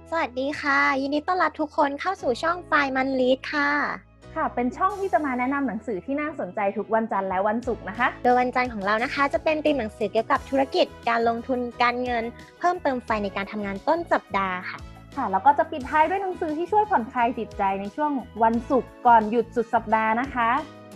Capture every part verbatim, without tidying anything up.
สวัสดีค่ะยินดีต้อนรับทุกคนเข้าสู่ช่อง Find Man Read ค่ะค่ะเป็นช่องที่จะมาแนะนำหนังสือที่น่าสนใจทุกวันจันทร์และวันศุกร์นะคะโดยวันจันทร์ของเรานะคะจะเป็นธีมหนังสือเกี่ยวกับธุรกิจการลงทุนการเงินเพิ่มเติมไฟในการทำงานต้นสัปดาห์ค่ะค่ะแล้วก็จะปิดท้ายด้วยหนังสือที่ช่วยผ่อนคลายจิตใจในช่วงวันศุกร์ก่อนหยุดสุดสัปดาห์นะคะ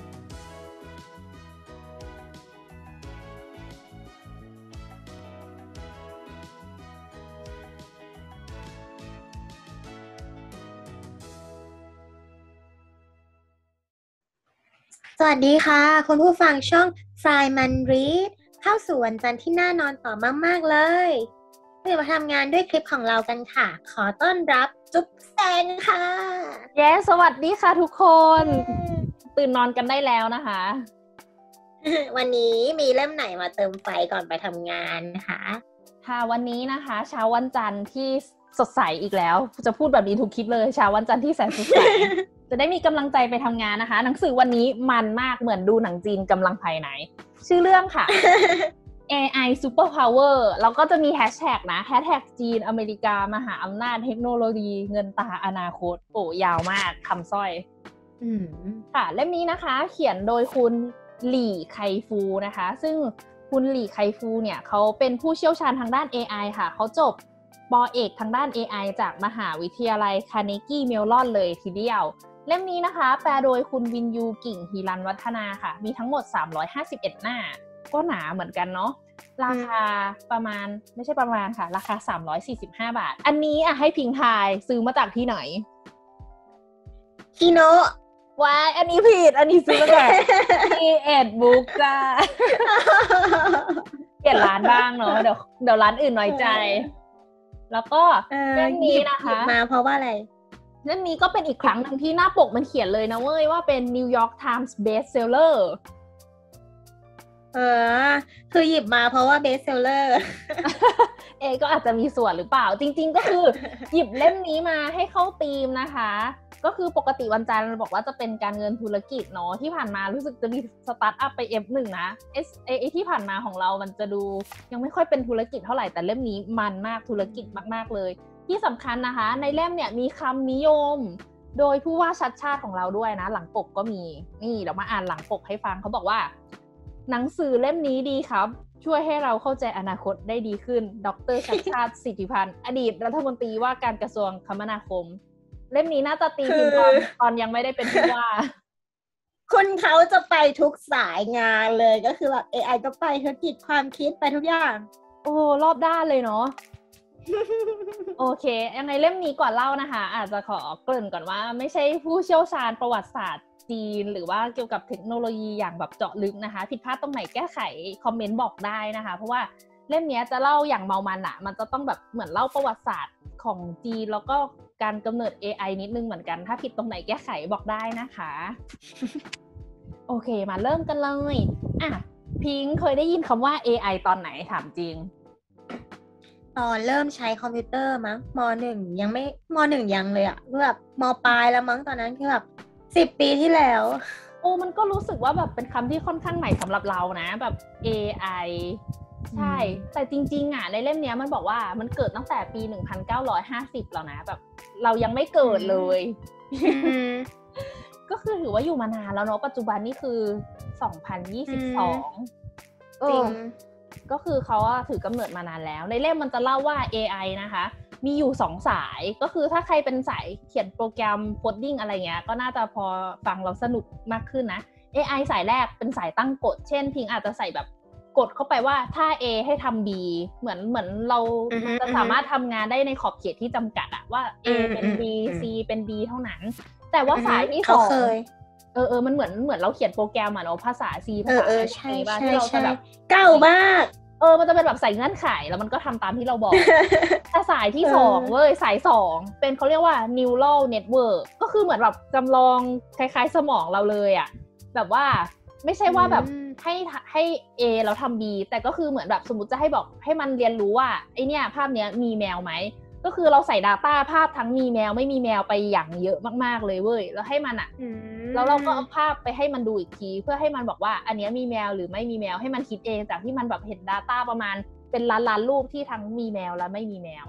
สวัสดีค่ะคุณผู้ฟังช่อง Find Man Read เข้าสู่วันจันทร์ที่น่านอนต่อมากๆเลยเรามาทำงานด้วยคลิปของเรากันค่ะขอต้อนรับจุ๊บแซงค่ะเย้สวัสดีค่ะทุกคนตื่นนอนกันได้แล้วนะคะวันนี้มีเล่มไหนมาเติมไฟก่อนไปทำงานนะคะค่ะวันนี้นะคะเช้าวันจันทร์ที่สดใสอีกแล้วจะพูดแบบนี้ถูกคิดเลยเช้าวันจันทร์ที่แสนสดใส จะได้มีกำลังใจไปทำงานนะคะหนังสือวันนี้มันมากเหมือนดูหนังจีนกำลังภายในชื่อเรื่องค่ะ เอ ไอ Super Power แล้วก็จะมีแฮชแท็กนะแฮชแท็กจีนอเมริกามหาอำนาจเทคโนโลยีเงินตราอนาคตโอ้ยาวมากคำสร้อยอืมค่ะเล่มนี้นะคะเขียนโดยคุณหลี่ไคฟูนะคะซึ่งคุณหลี่ไคฟูเนี่ยเขาเป็นผู้เชี่ยวชาญทางด้าน เอ ไอ ค่ะเขาจบป.เอกทางด้าน เอ ไอ จากมหาวิทยาลัยคาร์เนกีเมลลอนเลยทีเดียวเล่มนี้นะคะแปลโดยคุณวินยูกิ่งฮีรันวัฒนาค่ะมีทั้งหมดสามร้อยห้าสิบเอ็ดหน้าก็หนาเหมือนกันเนาะราคาประมาณไม่ใช่ประมาณค่ะราคาสามร้อยสี่สิบห้าบาทอันนี้อ่ะให้พิงทายซื้อมาจากที่ไหนคิโนะว้ายอันนี้ผิดอันนี้ซื้อมาจาก ที เอ็ด Book จ้าเปลี่ยนร้านบ้างเนาะเดี๋ยวเดี๋ยวร้านอื่นน้อยใจแล้วก็เล่มนี้นะคะมาเพราะว่าอะไรเล่มนี้ก็เป็นอีกครั้งหนึ่งที่หน้าปกมันเขียนเลยนะเว้ยว่าเป็น New York Times Best Seller เออคือหยิบมาเพราะว่า Best Seller เอก็อาจจะมีส่วนหรือเปล่าจริงๆก็คือหยิบเล่มนี้มาให้เข้าธีมนะคะก็คือปกติวันจันทร์บอกว่าจะเป็นการเงินธุรกิจเนาะที่ผ่านมารู้สึกจะมีสตาร์ทอัพไป เอฟ หนึ่ง นะเอสไอที่ผ่านมาของเรามันจะดูยังไม่ค่อยเป็นธุรกิจเท่าไหร่แต่เล่มนี้มันมากธุรกิจมากๆเลยที่สำคัญนะคะในเล่มเนี่ยมีคำนิยมโดยผู้ว่าชัดชาติของเราด้วยนะหลังปกก็มีนี่เดี๋ยวมาอ่านหลังปกให้ฟังเขาบอกว่าหนังสือเล่มนี้ดีครับช่วยให้เราเข้าใจอนาคตได้ดีขึ้นดร.ชัดชาติสิทธิพันธ์อดีตรัฐมนตรีว่าการกระทรวงคมนาคมเล่มนี้น่าจะตีพิมพ์ตอนตอนยังไม่ได้เป็นผู้ว่าคุณเขาจะไปทุกสายงานเลยก็คือแบบ เอ ไอ ก็ไปธุรกิจความคิดไปทุกอย่างโอ้รอบด้านเลยเนาะ โอเคยังไงเล่มนี้ก่อนเล่านะคะอาจจะขอเกริ่นก่อนว่าไม่ใช่ผู้เชี่ยวชาญประวัติศาสตร์จีนหรือว่าเกี่ยวกับเทคโนโลยีอย่างแบบเจาะลึกนะคะผิดพลาดตรงไหนแก้ไขคอมเมนต์บอกได้นะคะเพราะว่าเล่มนี้จะเล่าอย่างเมามันอะมันจะต้องแบบเหมือนเล่าประวัติศาสตร์ของจีนแล้วก็การกำเนิด เอ ไอ นิดนึงเหมือนกันถ้าผิดตรงไหนแก้ไขบอกได้นะคะ โอเคมาเริ่มกันเลยอ่ะพิงเคยได้ยินคำว่า เอ ไอ ตอนไหนถามจริงตอนเริ่มใช้คอมพิวเตอร์มั้งม.หนึ่ง ยังไม่ม.หนึ่ง ยังเลยอะแบบม.ปลายแล้วมั้งตอนนั้นคือแบบสิบปีที่แล้วโอ้มันก็รู้สึกว่าแบบเป็นคำที่ค่อนข้างใหม่สำหรับเรานะแบบ เอ ไอ ใช่แต่จริงๆอ่ะในเล่มนี้มันบอกว่ามันเกิดตั้งแต่ปีหนึ่งพันเก้าร้อยห้าสิบแล้วนะแบบเรายังไม่เกิดเลยก็คือถือว่าอยู่มานานแล้วเนาะปัจจุบันนี่คือสองพันยี่สิบสองจริงก็คือเขาถือกำเนิดมานานแล้วในเล่มมันจะเล่าว่า เอ ไอ นะคะมีอยู่สองสายก็คือถ้าใครเป็นสายเขียนโปรแกรมโคดดิ้งอะไรเงี้ยก็น่าจะพอฟังเราสนุกมากขึ้นนะ เอ ไอ สายแรกเป็นสายตั้งกฎเช่นพิงอาจจะใส่แบบกฎเข้าไปว่าถ้า A ให้ทำ B เหมือนเหมือนเราจะสามารถทำงานได้ในขอบเขตที่จำกัดอะว่า A เป็น B C เป็น B เท่านั้นแต่ว่าสายที่สองเออเออมันเหมือนเหมือนเราเขียนโปรแกรมอะเนาะภาษา C ภาษา C บ้างที่เราจะแบบเก่ามากเออมันจะเป็นแบบใส่เงื่อนไขแล้วมันก็ทำตามที่เราบอก แต่สายที่สองเว้ยสายสองเป็นเขาเรียกว่า neural network ก็คือเหมือนแบบจำลองคล้ายๆสมองเราเลยอะแบบว่าไม่ใช่ว่าแบบให้ให้ A แล้วทำ B แต่ก็คือเหมือนแบบสมมติจะให้บอกให้มันเรียนรู้ว่าไอเนี้ยภาพเนี้ยมีแมวไหมก็คือเราใส่ data ภาพทั้งมีแมวไม่มีแมวไปอย่างเยอะมากๆเลยเว้ยแล้วให้มันอ่ะแล้วเราก็เอาภาพไปให้มันดูอีกทีเพื่อให้มันบอกว่าอันเนี้ยมีแมวหรือไม่มีแมวให้มันคิดเองจากที่มันแบบเห็น data ประมาณเป็นล้านๆรูปที่ทั้งมีแมวและไม่มีแมวอ่ะ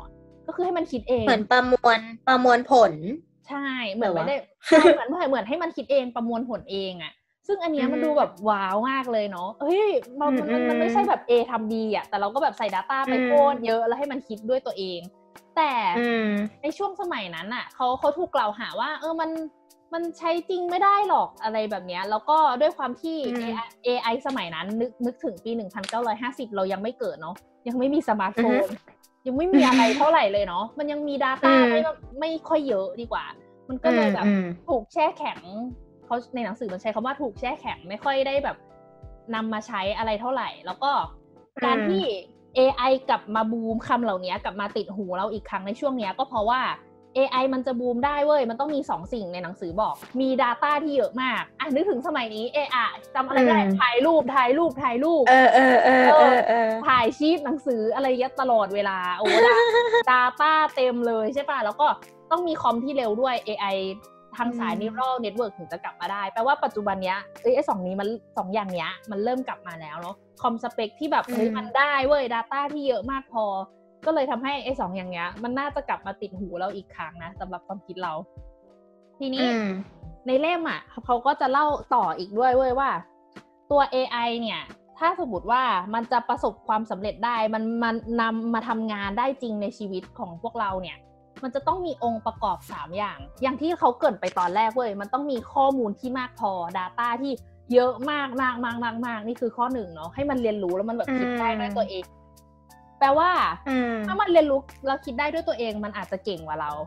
ก็คือให้มันคิดเองเหมือนประมวลประมวลผลใช่เหมือนไม่ได้ใช่เหมือนเหมือนให้มันคิดเองประมวลผลเองอ่ะซึ่งอันเนี้ยมันดูแบบว้าวมากเลยเนาะเฮ้ยมันมันมันไม่ใช่แบบ A ทำ B อ่ะแต่เราก็แบบใส่ data ไปโคตรเยอะแล้วให้มันคิดด้วยตัวเองแต่ในช่วงสมัยนั้นอ่ะเขาเขาถูกกล่าวหาว่าเออมันมันใช้จริงไม่ได้หรอกอะไรแบบเนี้ยแล้วก็ด้วยความที่ เอ ไอ สมัยนั้นนึกนึกถึงปีหนึ่งพันเก้าร้อยห้าสิบเรายังไม่เกิดเนาะยังไม่มีสมาร์ทโฟนยังไม่มีอะไรเท่าไหร่เลยเนาะมันยังมี data ไม่ไม่ค่อยเยอะดีกว่ามันก็เลยแบบถูกแช่แข็งเขาในหนังสือมันใช้คำว่าถูกแช่แข็งไม่ค่อยได้แบบนำมาใช้อะไรเท่าไหร่แล้วก็การที่ เอ ไอ กลับมาบูมคำเหล่านี้กลับมาติดหูเราอีกครั้งในช่วงนี้ก็เพราะว่า เอ ไอ มันจะบูมได้เว้ยมันต้องมีสองสิ่งในหนังสือบอกมี data ที่เยอะมากอ่ะนึกถึงสมัยนี้เอ ไอ จำอะไรได้ถ่ายรูปถ่ายรูปถ่ายรูปเออเออเออเออเออถ่ายชีทหนังสืออะไรเงี้ยตลอดเวลาโอ้ data เต็มเลยใช่ป่ะแล้วก็ต้องมีคอมที่เร็วด้วย เอ ไอ ทางสาย neural network ถึงจะกลับมาได้แปลว่าปัจจุบันเนี้ยเอ้ยไอ้สองนี้มันสองอย่างเนี้ยมันเริ่มกลับมาแล้วเนาะคอมสเปคที่แบบเฮ้ยมันได้เว้ย data ที่เยอะมากพอก็เลยทำให้ไอ้สองอย่างเนี้ยมันน่าจะกลับมาติดหูเราอีกครั้งนะสำหรับความคิดเราทีนี้ในเล่มอ่ะเขาก็จะเล่าต่ออีกด้วยเว้ยว่าตัว เอ ไอ เนี่ยถ้าสมมติว่ามันจะประสบความสำเร็จได้มันมันนำมาทำงานได้จริงในชีวิตของพวกเราเนี่ยมันจะต้องมีองค์ประกอบสามอย่างอย่างที่เขาเกริ่นไปตอนแรกเว้ยมันต้องมีข้อมูลที่มากพอ data ที่เยอะมากมากมากมากมากนี่คือข้อหนึ่งเนาะให้มันเรียนรู้แล้วมันแบบคิดได้ด้วยตัวเองแปลว่าถ้ามันเรียนรู้แล้วคิดได้ด้วยตัวเองมันอาจจะเก่งกว่าเรา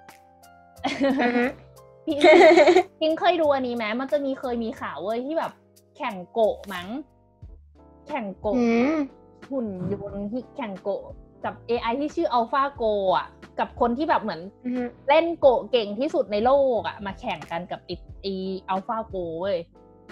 พิงพิงเคยดูอันนี้ไหมมันจะมีเคยมีข่าวเว้ยที่แบบแข่งโกะมั้งแข่งโกะหุ่นยนต์ที่แข่งโกะกับ เอ ไอ ที่ชื่อ AlphaGo อ่ะกับคนที่แบบเหมือนเล่นโกะเก่งที่สุดในโลกอ่ะมาแข่งกันกับไอ้ไอ้ AlphaGo เว้ย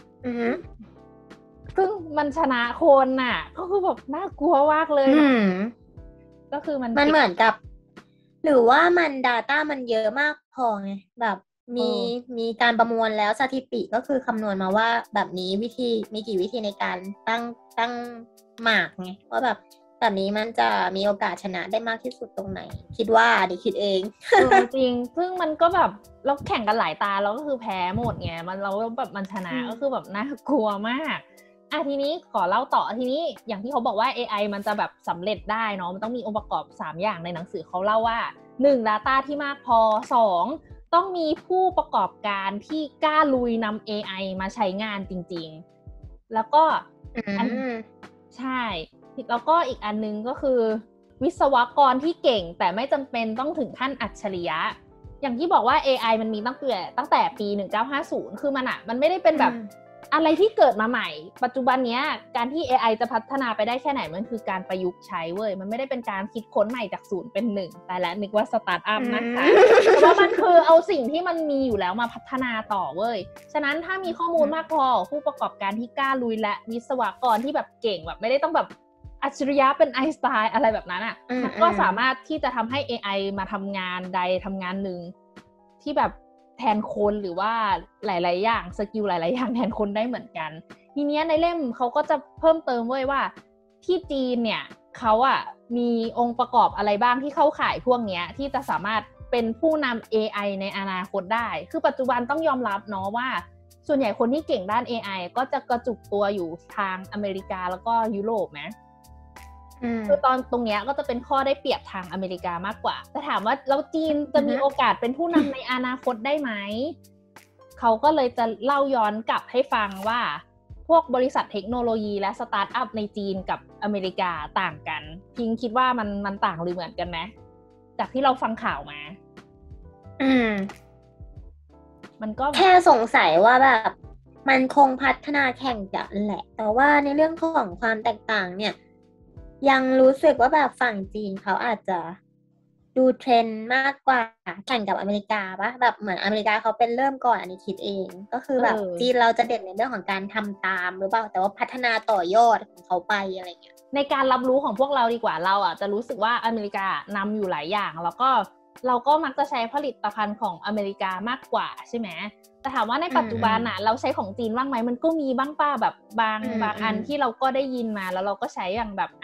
ซึ่งมันชนะคนน่ะก็คือแบบน่ากลัวมากเลยก็คือมันมันเหมือนกับหรือว่ามัน data มันเยอะมากพอไงแบบมีมีการประมวลแล้วสถิติก็คือคำนวณมาว่าแบบนี้วิธีมีกี่วิธีในการตั้งตั้งหมากไงว่าแบบแบบนี้มันจะมีโอกาสชนะได้มากที่สุดตรงไหนคิดว่าดิคิดเองจริงซึ่งมันก็แบบเราแข่งกันหลายตาเราก็คือแพ้หมดไงมันเราแบบมันชนะก็คือแบบน่ากลัวมากอ่ะทีนี้ขอเล่าต่อทีนี้อย่างที่เขาบอกว่า เอ ไอ มันจะแบบสำเร็จได้เนาะมันต้องมีองค์ประกอบสามอย่างในหนังสือเขาเล่าว่าหนึ่ง data ที่มากพอสองต้องมีผู้ประกอบการที่กล้าลุยนำ เอ ไอ มาใช้งานจริงๆแล้วก็อันใช่แล้วก็อีกอันนึงก็คือวิศวกรที่เก่งแต่ไม่จำเป็นต้องถึงขั้นอัจฉริยะอย่างที่บอกว่า เอ ไอ มันมีตั้งแต่ตั้งแต่ปีหนึ่งเก้าห้าศูนย์คือมันอ่ะมันไม่ได้เป็นแบบอะไรที่เกิดมาใหม่ปัจจุบันเนี้ยการที่ เอ ไอ จะพัฒนาไปได้แค่ไหนมันคือการประยุกต์ใช้เว้ยมันไม่ได้เป็นการคิดค้นใหม่จากศูนย์เป็นหนึ่งแต่และนึกว่าสตาร์ทอัพนะคะเพราะมันคือเอาสิ่งที่มันมีอยู่แล้วมาพัฒนาต่อเว้ยฉะนั้นถ้ามีข้อมูลมากพอผู้ประกอบการที่กล้าลุยและวิศวกรที่แบบเก่งแบบไม่ได้ต้องแบบอัจฉริยะเป็นไอน์สไตน์อะไรแบบนั้นอ่ะมันก็สามารถที่จะทำให้ เอ ไอ มาทำงานใดทำงานหนึ่งที่แบบแทนคนหรือว่าหลายๆอย่างสกิลหลายๆอย่างแทนคนได้เหมือนกันทีนี้ในเล่มเขาก็จะเพิ่มเติมไว้ว่าที่จีนเนี่ยเขาอ่ะมีองค์ประกอบอะไรบ้างที่เข้าข่ายพวกนี้ที่จะสามารถเป็นผู้นำ เอ ไอ ในอนาคตได้คือปัจจุบันต้องยอมรับเนาะว่าส่วนใหญ่คนที่เก่งด้าน เอ ไอ ก็จะกระจุกตัวอยู่ทางอเมริกาแล้วก็ยุโรปนะคือตอนตรงเนี้ยก็จะเป็นข้อได้เปรียบทางอเมริกามากกว่าแต่ถามว่าแล้วจีนจะมีโอกาสเป็นผู้นำในอนาคตได้ไหมเขาก็เลยจะเล่าย้อนกลับให้ฟังว่าพวกบริษัทเทคโนโลยีและสตาร์ทอัพในจีนกับอเมริกาต่างกันพิงคิดว่ามันมันต่างหรือเหมือนกันไหมจากที่เราฟังข่าวมาอืมมันก็แค่สงสัยว่าแบบมันคงพัฒนาแข่งกันแหละแต่ว่าในเรื่องของความแตกต่างเนี่ยยังรู้สึกว่าแบบฝั่งจีนเขาอาจจะดูเทรนด์มากกว่าแข่งกับอเมริกาปะแบบเหมือนอเมริกาเขาเป็นเริ่มก่อนอันนี้คิดเองก็คือแบบจีนเราจะเด่นในเรื่องของการทำตามหรือเปล่าแต่ว่าพัฒนาต่อยอดของเขาไปอะไรเงี้ยในการรับรู้ของพวกเราดีกว่าเราอ่ะจะรู้สึกว่าอเมริกานำอยู่หลายอย่างแล้วก็เราก็มักจะใช้ผลิตภัณฑ์ของอเมริกามากกว่าใช่ไหมแต่ถามว่าในปัจจุบันน่ะเราใช้ของจีนบ้างไหมมันก็มีบ้างป้าแบบบางบางอันที่เราก็ได้ยินมาแล้วเราก็ใช้อย่างแบบอ่ะ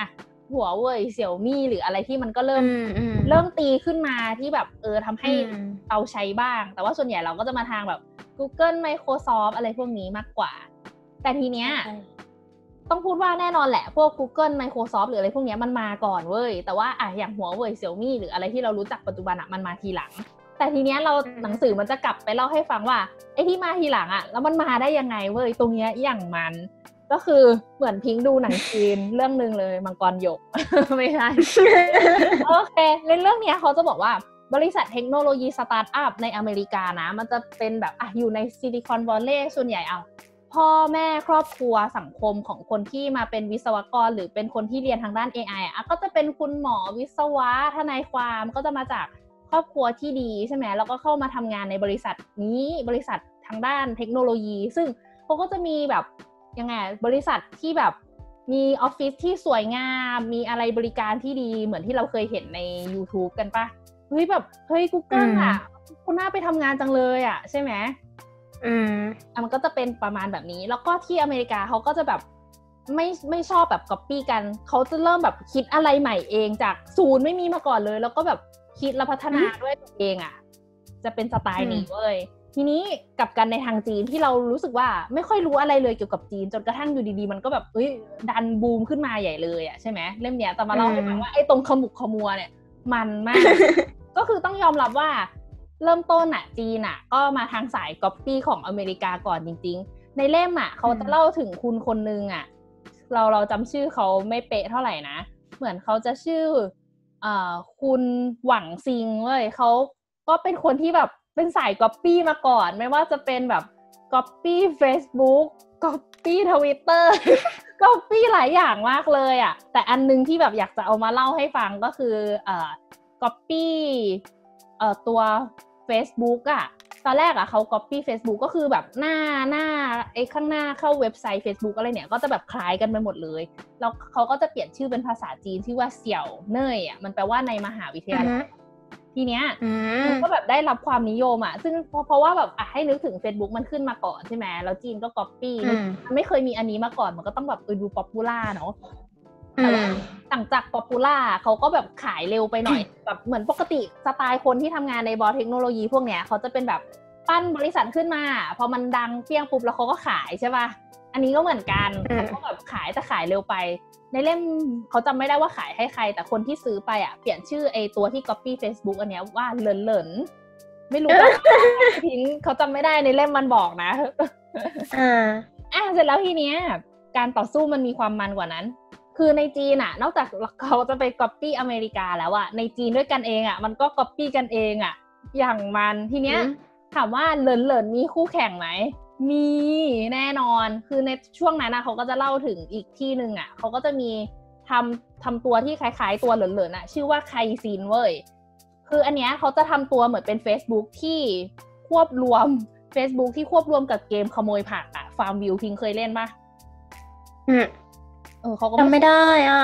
หัวเว่ยเสี่ยวมี่หรืออะไรที่มันก็เริ่มเริ่มตีขึ้นมาที่แบบเออทำให้เราใช้บ้างแต่ว่าส่วนใหญ่เราก็จะมาทางแบบ Google Microsoft อะไรพวกนี้มากกว่าแต่ทีเนี้ยต้องพูดว่าแน่นอนแหละพวก Google Microsoft หรืออะไรพวกนี้มันมาก่อนเว้ยแต่ว่าอ่ะอย่างหัวเว่ยเสี่ยวมี่หรืออะไรที่เรารู้จักปัจจุบันอ่ะมันมาทีหลังแต่ทีเนี้ยเราหนังสือมันจะกลับไปเล่าให้ฟังว่าไอ้ที่มาทีหลังอ่ะแล้วมันมาได้ยังไงเว้ยตรงเนี้ยอย่างมันก็คือเหมือนพิงค์ดูหนังจีนเรื่องนึงเลยมังกรหยก ไม่ใช่ โอเคในเรื่องเนี้ยเขาจะบอกว่าบริษัทเทคโนโลยีสตาร์ทอัพในอเมริกานะมันจะเป็นแบบอ่ะอยู่ในซิลิคอนวัลเลย์ส่วนใหญ่เอาพ่อแม่ครอบครัวสังคมของคนที่มาเป็นวิศวกรหรือเป็นคนที่เรียนทางด้าน เอ ไอ อ่ะก็จะเป็นคุณหมอวิศวะทนายความก็จะมาจากครอบครัวที่ดีใช่ไหมแล้วก็เข้ามาทำงานในบริษัทนี้บริษัททางด้านเทคโนโลยีซึ่งเขาก็จะมีแบบยังไงบริษัทที่แบบมีออฟฟิศที่สวยงามมีอะไรบริการที่ดีเหมือนที่เราเคยเห็นใน YouTube กันปะเฮ้ยแบบเฮ้ย Google อ่ะคุณน่าไปทำงานจังเลยอ่ะใช่ไหมอืมอ่ะมันก็จะเป็นประมาณแบบนี้แล้วก็ที่อเมริกาเขาก็จะแบบไม่ไม่ชอบแบบ copy กันเขาจะเริ่มแบบคิดอะไรใหม่เองจากศูนย์ไม่มีมาก่อนเลยแล้วก็แบบคิดและพัฒนาด้วยตัวเองอ่ะจะเป็นสไตล์นี้เว้ยทีนี้กลับกันในทางจีนที่เรารู้สึกว่าไม่ค่อยรู้อะไรเลยเกี่ยวกับจีนจนกระทั่งอยู่ดีๆมันก็แบบเอ้ยดันบูมขึ้นมาใหญ่เลยอ่ะใช่ไหมเล่มเนี้ยจะมาเล่าให้ฟังว่าไอ้ตรงขมุกขมัวเนี่ยมันมาก ก็คือต้องยอมรับว่าเริ่มต้นอ่ะจีนอ่ะก็มาทางสายก๊อปปี้ของอเมริกาก่อนจริงๆในเล่มอ่ะเขาจะเล่าถึงคุณคนนึงอ่ะเราเราจำชื่อเขาไม่เป๊ะเท่าไหร่นะเหมือนเขาจะชื่อเอ่อคุณหวังซิงเว้ยเขาก็เป็นคนที่แบบเป็นสายก๊อปปี้มาก่อนไม่ว่าจะเป็นแบบก๊อปปี้ Facebook ก๊อปปี้ Twitter ก๊อปปี้หลายอย่างมากเลยอ่ะแต่อันนึงที่แบบอยากจะเอามาเล่าให้ฟังก็คือเอ่อก๊อปปี้เอ่อตัว Facebook อ่ะตอนแรกอ่ะเขา copy Facebook ก็คือแบบหน้าหน้าไอ้ข้างหน้าเข้าเว็บไซต์ Facebook อะไรเนี่ยก็จะแบบคล้ายกันไปหมดเลยแล้วเขาก็จะเปลี่ยนชื่อเป็นภาษาจีนชื่อว่าเสี่ยวเน่ยอ่ะมันแปลว่าในมหาวิทยาลัยทีเนี้ยมันก็แบบได้รับความนิยมอ่ะซึ่งเพราะเพราะว่าแบบอ่ะให้นึกถึง Facebook มันขึ้นมาก่อนใช่ไหมแล้วจีนก็ copy มันไม่เคยมีอันนี้มาก่อนมันก็ต้องแบบเออดู popular เนาะแต่ว่าหลังจาก popular เขาก็แบบขายเร็วไปหน่อย แบบเหมือนปกติสไตล์คนที่ทำงานในบอเทคโนโลยีพวกเนี้ยเขาจะเป็นแบบปั้นบริษัทขึ้นมาพอมันดังเปี้ยงปุ๊บแล้วเขาก็ขายใช่ป่ะอันนี้ก็เหมือนกันเขาก็แบบขายแต่ขายเร็วไปในเล่มเขาจำไม่ได้ว่าขายให้ใครแต่คนที่ซื้อไปอ่ะเปลี่ยนชื่อไอตัวที่ copy Facebook อันเนี้ยว่าเหลินเหลินไม่รู้ว่าทิ้งเขาจำไม่ได้ในเล่มมันบอกนะอ่าอ่ะเสร็จแล้วทีเนี้ยการต่อสู้มันมีความมันกว่านั้นคือในจีนอ่ะนอกจากเขาจะไปก๊อปปี้อเมริกาแล้วอ่ะในจีนด้วยกันเองอ่ะมันก็ก๊อปปี้กันเองอ่ะอย่างมันทีเนี้ยถามว่าเหลินเหลินมีคู่แข่งไหมมีแน่นอนคือในช่วงนั้นนะเขาก็จะเล่าถึงอีกที่นึงอ่ะเขาก็จะมีทำทำตัวที่คล้ายๆตัวเหลินเหลินอ่ะชื่อว่าไคซินเว้ยคืออันเนี้ยเขาจะทำตัวเหมือนเป็น Facebook ที่ควบรวม Facebook ที่ควบรวมกับเกมขโมยผักอ่ะฟาร์มวิวพิงเคยเล่นป่ะอืมเออเขาก็จำไม่ได้อ่ะ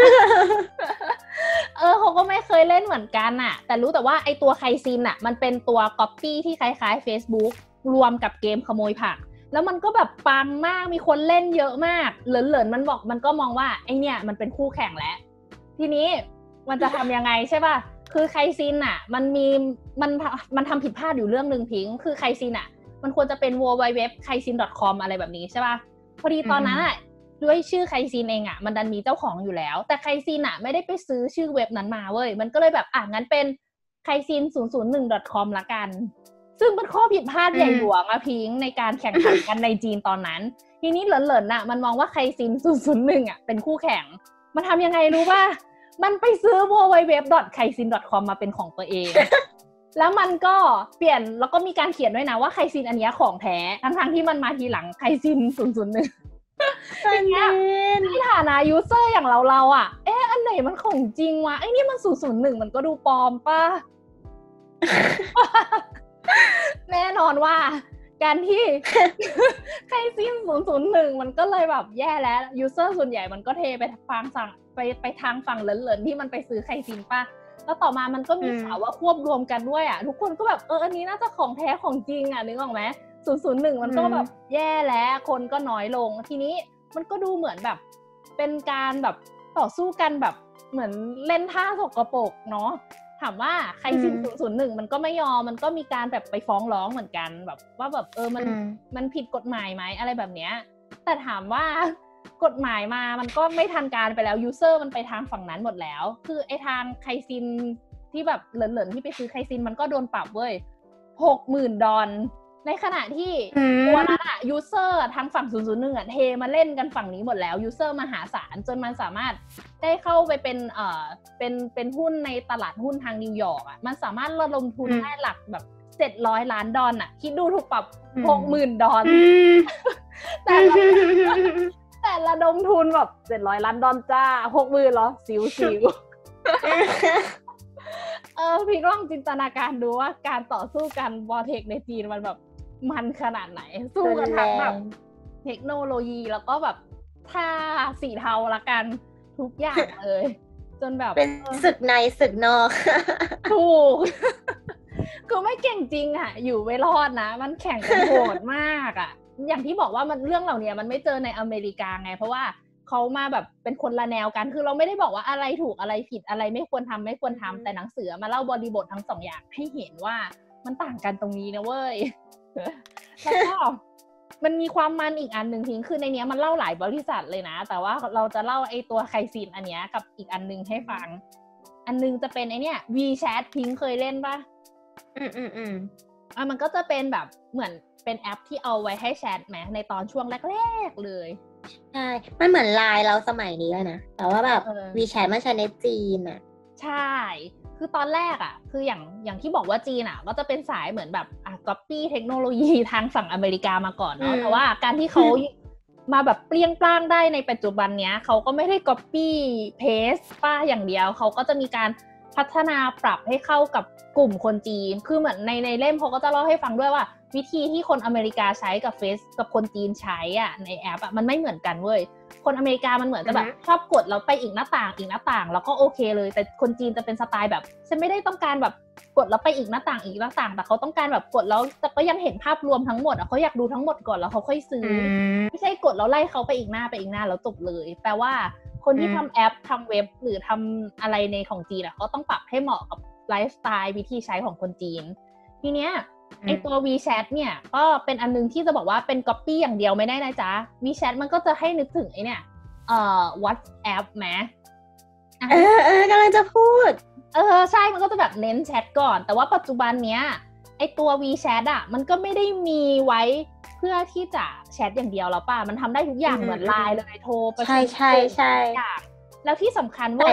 เออเขาก็ไม่เคยเล่นเหมือนกันอ่ะแต่รู้แต่ว่าไอตัวไคซินอ่ะมันเป็นตัวก๊อปปี้ที่คล้ายๆ Facebook รวมกับเกมขโมยผักแล้วมันก็แบบปังมากมีคนเล่นเยอะมากเหลินๆมันบอกมันก็มองว่าไอเนี่ยมันเป็นคู่แข่งแล้วทีนี้มันจะทำยังไงใช่ป่ะคือไคซินอ่ะมันมีมันมันทำผิดพลาดอยู่เรื่องนึงพิงคือไคซินอ่ะมันควรจะเป็น ดับเบิลยู ดับเบิลยู ดับเบิลยู ดอท ไคซิน ดอท คอม อะไรแบบนี้ใช่ป่ะพอดีตอนนั้นอ่ะด้วยชื่อไคซินเองอ่ะมันดันมีเจ้าของอยู่แล้วแต่ไคซินอ่ะไม่ได้ไปซื้อชื่อเว็บนั้นมาเว้ยมันก็เลยแบบอ่ะงั้นเป็นไคซิน ศูนย์ ศูนย์ หนึ่ง ดอท คอม ละกันซึ่งเป็นข้อผิดพลาดใหญ่หลวงอะพิงในการแข่งขันกันในจีนตอนนั้นทีนี้เหลินๆน่ะมันมองว่าไคซิน ศูนย์ ศูนย์ หนึ่ง อ่ะเป็นคู่แข่งมันทำยังไงรู้ป่ะมันไปซื้อ ดับเบิลยู ดับเบิลยู ดับเบิลยู ดอท ไคซิน ดอท คอม มาเป็นของตัวเอง แล้วมันก็เปลี่ยนแล้วก็มีการเขียนด้วยนะว่าไคซินอันนี้ของแท้ทั้งๆที่มันมาทีหลังไคซิน ศูนย์ ศูนย์ หนึ่งอย่างเงี้ยในฐานะยูเซอร์อย่างเราเราอ่ะเอ๊ะอันไหนมันของจริงวะไอ้นี่มัน ศูนย์ ศูนย์ หนึ่ง มันก็ดูปลอมป่ะ แน่นอนว่าการที่ ไคซิน ศูนย์ ศูนย์ หนึ่ง มันก็เลยแบบแย่แล้วยูเซอร์ส่วนใหญ่มันก็เทไปทางฝั่งไปไปทางฝั่งเหลินๆที่มันไปซื้อไคซินป่ะแล้วต่อมามันก็มีข่าวว่าควบรวมกันด้วยอ่ะทุกคนก็แบบเอออันนี้น่าจะของแท้ของจริงอ่ะนึกออกไหมศูนย์ ศูนย์ หนึ่ง มันก็แบบแย่แล้วคนก็น้อยลงทีนี้มันก็ดูเหมือนแบบเป็นการแบบต่อสู้กันแบบเหมือนเล่นท่าสกปรกเนาะถามว่าใครซินศูนย์ศูนย์หนึ่งมันก็ไม่ยอมมันก็มีการแบบไปฟ้องร้องเหมือนกันแบบว่าแบบเออมันมันผิดกฎหมายไหมอะไรแบบเนี้ยแต่ถามว่ากฎหมายมามันก็ไม่ทันการไปแล้วยูเซอร์มันไปทางฝั่งนั้นหมดแล้วคือไอ้ทางไคซินที่แบบเหลินๆที่ไปซื้อไคซินมันก็โดนปรับเว้ย หกหมื่น ดอลในขณะที่ตัวนั้นอะยูเซอร์ทางฝั่งศูนย์ศูนย์หนึ่งอะเทมาเล่นกันฝั่งนี้หมดแล้วยูเซอร์มหาศาลจนมันสามารถได้เข้าไปเป็นเอ่อเป็นเป็นหุ้นในตลาดหุ้นทางนิวยอร์กอะมันสามารถระดมทุนได้หลักแบบเจ็ดร้อยล้านดอลอะคิดดูถูกปรับ หกหมื่น ดอลแต่แต่ระดมทุนแบบเจ็ดร้อยล้านดอลจ้า หกหมื่น เหรอสิวๆเออพี่ลองจินตนาการดูว่าการต่อสู้กันวอร์เทคในจีนมันแบบมันขนาดไหนสู้กันทั้งแบบเทคโนโลยีแล้วก็แบบท่าสีเทาละกันทุกอย่างเลยจนแบบเป็นศึกในศึกนอกถูกคือไม่เก่งจริงอ่ะอยู่ไม่รอดนะมันแข่งกันโหดมากอ่ะอย่างที่บอกว่ามันเรื่องเหล่านี้มันไม่เจอในอเมริกาไงเพราะว่าเขามาแบบเป็นคนละแนวกันคือเราไม่ได้บอกว่าอะไรถูกอะไรผิดอะไรไม่ควรทำไม่ควรทำแต่หนังสือมาเล่าบริบททั้งสองอย่างให้เห็นว่ามันต่างกันตรงนี้นะเว้ยแล้วก็มันมีความมันอีกอันหนึ่งทิ้งคือในนี้มันเล่าหลายบริษัทเลยนะแต่ว่าเราจะเล่าไอ้ตัวไคซินอันเนี้ยกับอีกอันนึงให้ฟังอันนึงจะเป็นไอ้เนี่ย WeChat พิงเคยเล่นปะอืมอืมอืมอ่ะมันก็จะเป็นแบบเหมือนเป็นแอปที่เอาไว้ให้แชทไหมในตอนช่วงแรกๆเลยใช่มันเหมือนไลน์เราสมัยนี้เลยนะแต่ว่าแบบ WeChat มันใช้ในจีนอ่ะใช่คือตอนแรกอ่ะคืออย่างอย่างที่บอกว่าจีนอ่ะก็จะเป็นสายเหมือนแบบอ่ะก๊อปปี้เทคโนโลยีทางฝั่งอเมริกามาก่อนเนาะแต่ว่าการที่เขามาแบบเปรี้ยงปร้างได้ในปัจจุบันเนี้ยเขาก็ไม่ได้ก๊อปปี้เพสป้าอย่างเดียวเขาก็จะมีการพัฒนาปรับให้เข้ากับกลุ่มคนจีนคือเหมือนในในเล่มเขาก็จะเล่าให้ฟังด้วยว่าวิธีที่คนอเมริกาใช้กับเฟซกับคนจีนใช้อ่ะในแอปอ่ะมันไม่เหมือนกันเว้ยคนอเมริกามันเหมือนจะแบบชอบกดแล้วไปอีกหน้าต่างอีกหน้าต่างแล้วก็โอเคเลยแต่คนจีนจะเป็นสไตล์แบบฉันไม่ได้ต้องการแบบกดแล้วไปอีกหน้าต่างอีกหน้าต่างแต่เขาต้องการแบบกดแล้วแต่ก็ยังเห็นภาพรวมทั้งหมดอ่ะเขาอยากดูทั้งหมดก่อนแล้วเขาค่อยซื้อไม่ใช่กดแล้วไล่เขาไปอีกหน้าไปอีกหน้าแล้วจบเลยแปลว่าคนที่ทำแอปทำเว็บหรือทำอะไรในของจีนอ่ะเขาต้องปรับให้เหมาะกับไลฟ์สไตล์วิธีใช้ของคนจีนทีเนี้ยไอตัว WeChat เนี่ยก็เป็นอันนึงที่จะบอกว่าเป็น copy อย่างเดียวไม่ได้นะจ๊ะ WeChat มันก็จะให้นึกถึงไอเนี่ยเอ่อ WhatsApp ไหมเออเออกำลังจะพูดเออใช่มันก็จะแบบเน้นแชทก่อนแต่ว่าปัจจุบันเนี้ยไอตัว WeChat อ่ะมันก็ไม่ได้มีไว้เพื่อที่จะแชทอย่างเดียวแล้วป่ะมันทำได้ทุกอย่างเหมือน ไลน์ เลยโทรประชุมใช่ใช่ใช่แล้วที่สำคัญเว้ย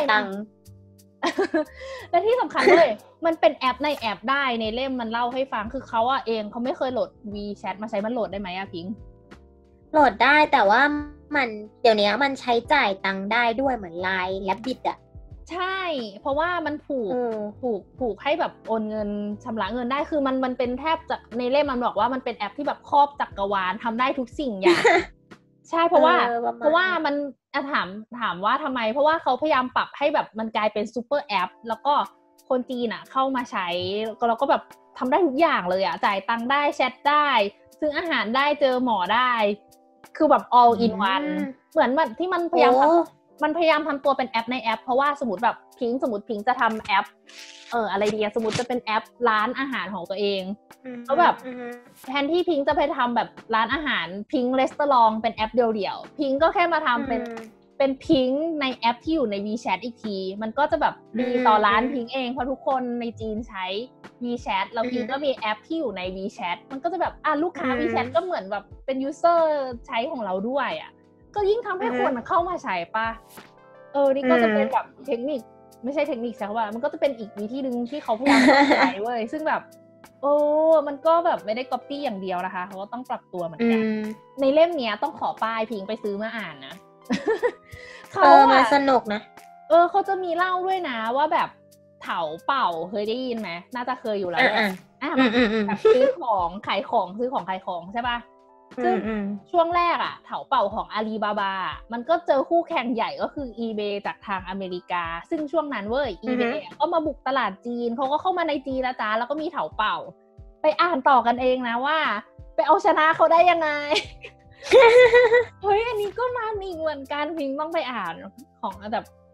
และที่สำคัญเลยมันเป็นแอปในแอปได้ในเล่มมันเล่าให้ฟังคือเขาอะเองเขาไม่เคยโหลด WeChat มาใช้มันโหลดได้ไหมอะพิงโหลดได้แต่ว่ามันเดี๋ยวนี้มันใช้จ่ายตังค์ได้ด้วยเหมือนไลน์และบิตอะใช่เพราะว่ามันผูกผูกผูกให้แบบโอนเงินชำระเงินได้คือมันมันเป็นแทบจากในเล่มมันบอกว่ามันเป็นแอปที่แบบครอบจักรวาลทำได้ทุกสิ่งอย่าง ใช่เพราะว่าเพราะว่ามันถามถามว่าทำไมเพราะว่าเขาพยายามปรับให้แบบมันกลายเป็นซูเปอร์แอปแล้วก็คนจีนอ่ะเข้ามาใช้แล้วก็แบบทำได้ทุกอย่างเลยอ่ะจ่ายตังค์ได้แชทได้ซื้ออาหารได้เจอหมอได้คือแบบ all in one เหมือนมันที่มันพยายามมันพยายามทำตัวเป็นแอปในแอปเพราะว่าสมมติแบบพิงสมมติพิงจะทำแอปเอออะไรดีสมมติจะเป็นแอปร้านอาหารของตัวเองแล้วแบบแทนที่พิงจะไปทำแบบร้านอาหารพิงรีสตอรองเป็นแอปเดียวๆพิงก็แค่มาทำเป็นเป็นพิงในแอปที่อยู่ใน WeChat อีกทีมันก็จะแบบดีต่อร้านพิงเองเพราะทุกคนในจีนใช้ WeChat แล้วพิงก็มีแอปที่อยู่ใน WeChat มันก็จะแบบอ่ะลูกค้า WeChat ก็เหมือนแบบเป็นยูเซอร์ใช้ของเราด้วยอ่ะก็ยิ่งทำให้คนเข้ามาใช้ป่ะเออนี่ก็จะเป็นแบบเทคนิคไม่ใช่เทคนิคใช่ป่ะมันก็จะเป็นอีกวิธีนึงที่เขาพยายามใช้เว้ยซึ่งแบบโอ้มันก็แบบไม่ได้ก๊อปปี้อย่างเดียวนะคะเขาก็ต้องปรับตัวเหมือนกันในเล่มเนี้ยต้องขอป้ายพิงไปซื้อมาอ่านนะเขามาสนุกนะเออเขาจะมีเล่าด้วยนะว่าแบบเถาเป่าเคยได้ยินไหมน่าจะเคยอยู่แล้วอ่ะอ่ะแบบซื้อของขายของซื้อของขายของใช่ป่ะซึ่งช่วงแรกอะเถาเป่าของอาลีบาบามันก็เจอคู่แข่งใหญ่ก็คือ eBay จากทางอเมริกาซึ่งช่วงนั้นเว้ย eBay ก็มาบุกตลาดจีนเขาก็เข้ามาในจีนแล้วจ้าแล้วก็มีเถาเป่าไปอ่านต่อกันเองนะว่าไปเอาชนะเขาได้ยังไง เฮ้ยอันนี้ก็มาอีกเหมือนกันพิงต้องไปอ่านของแบบ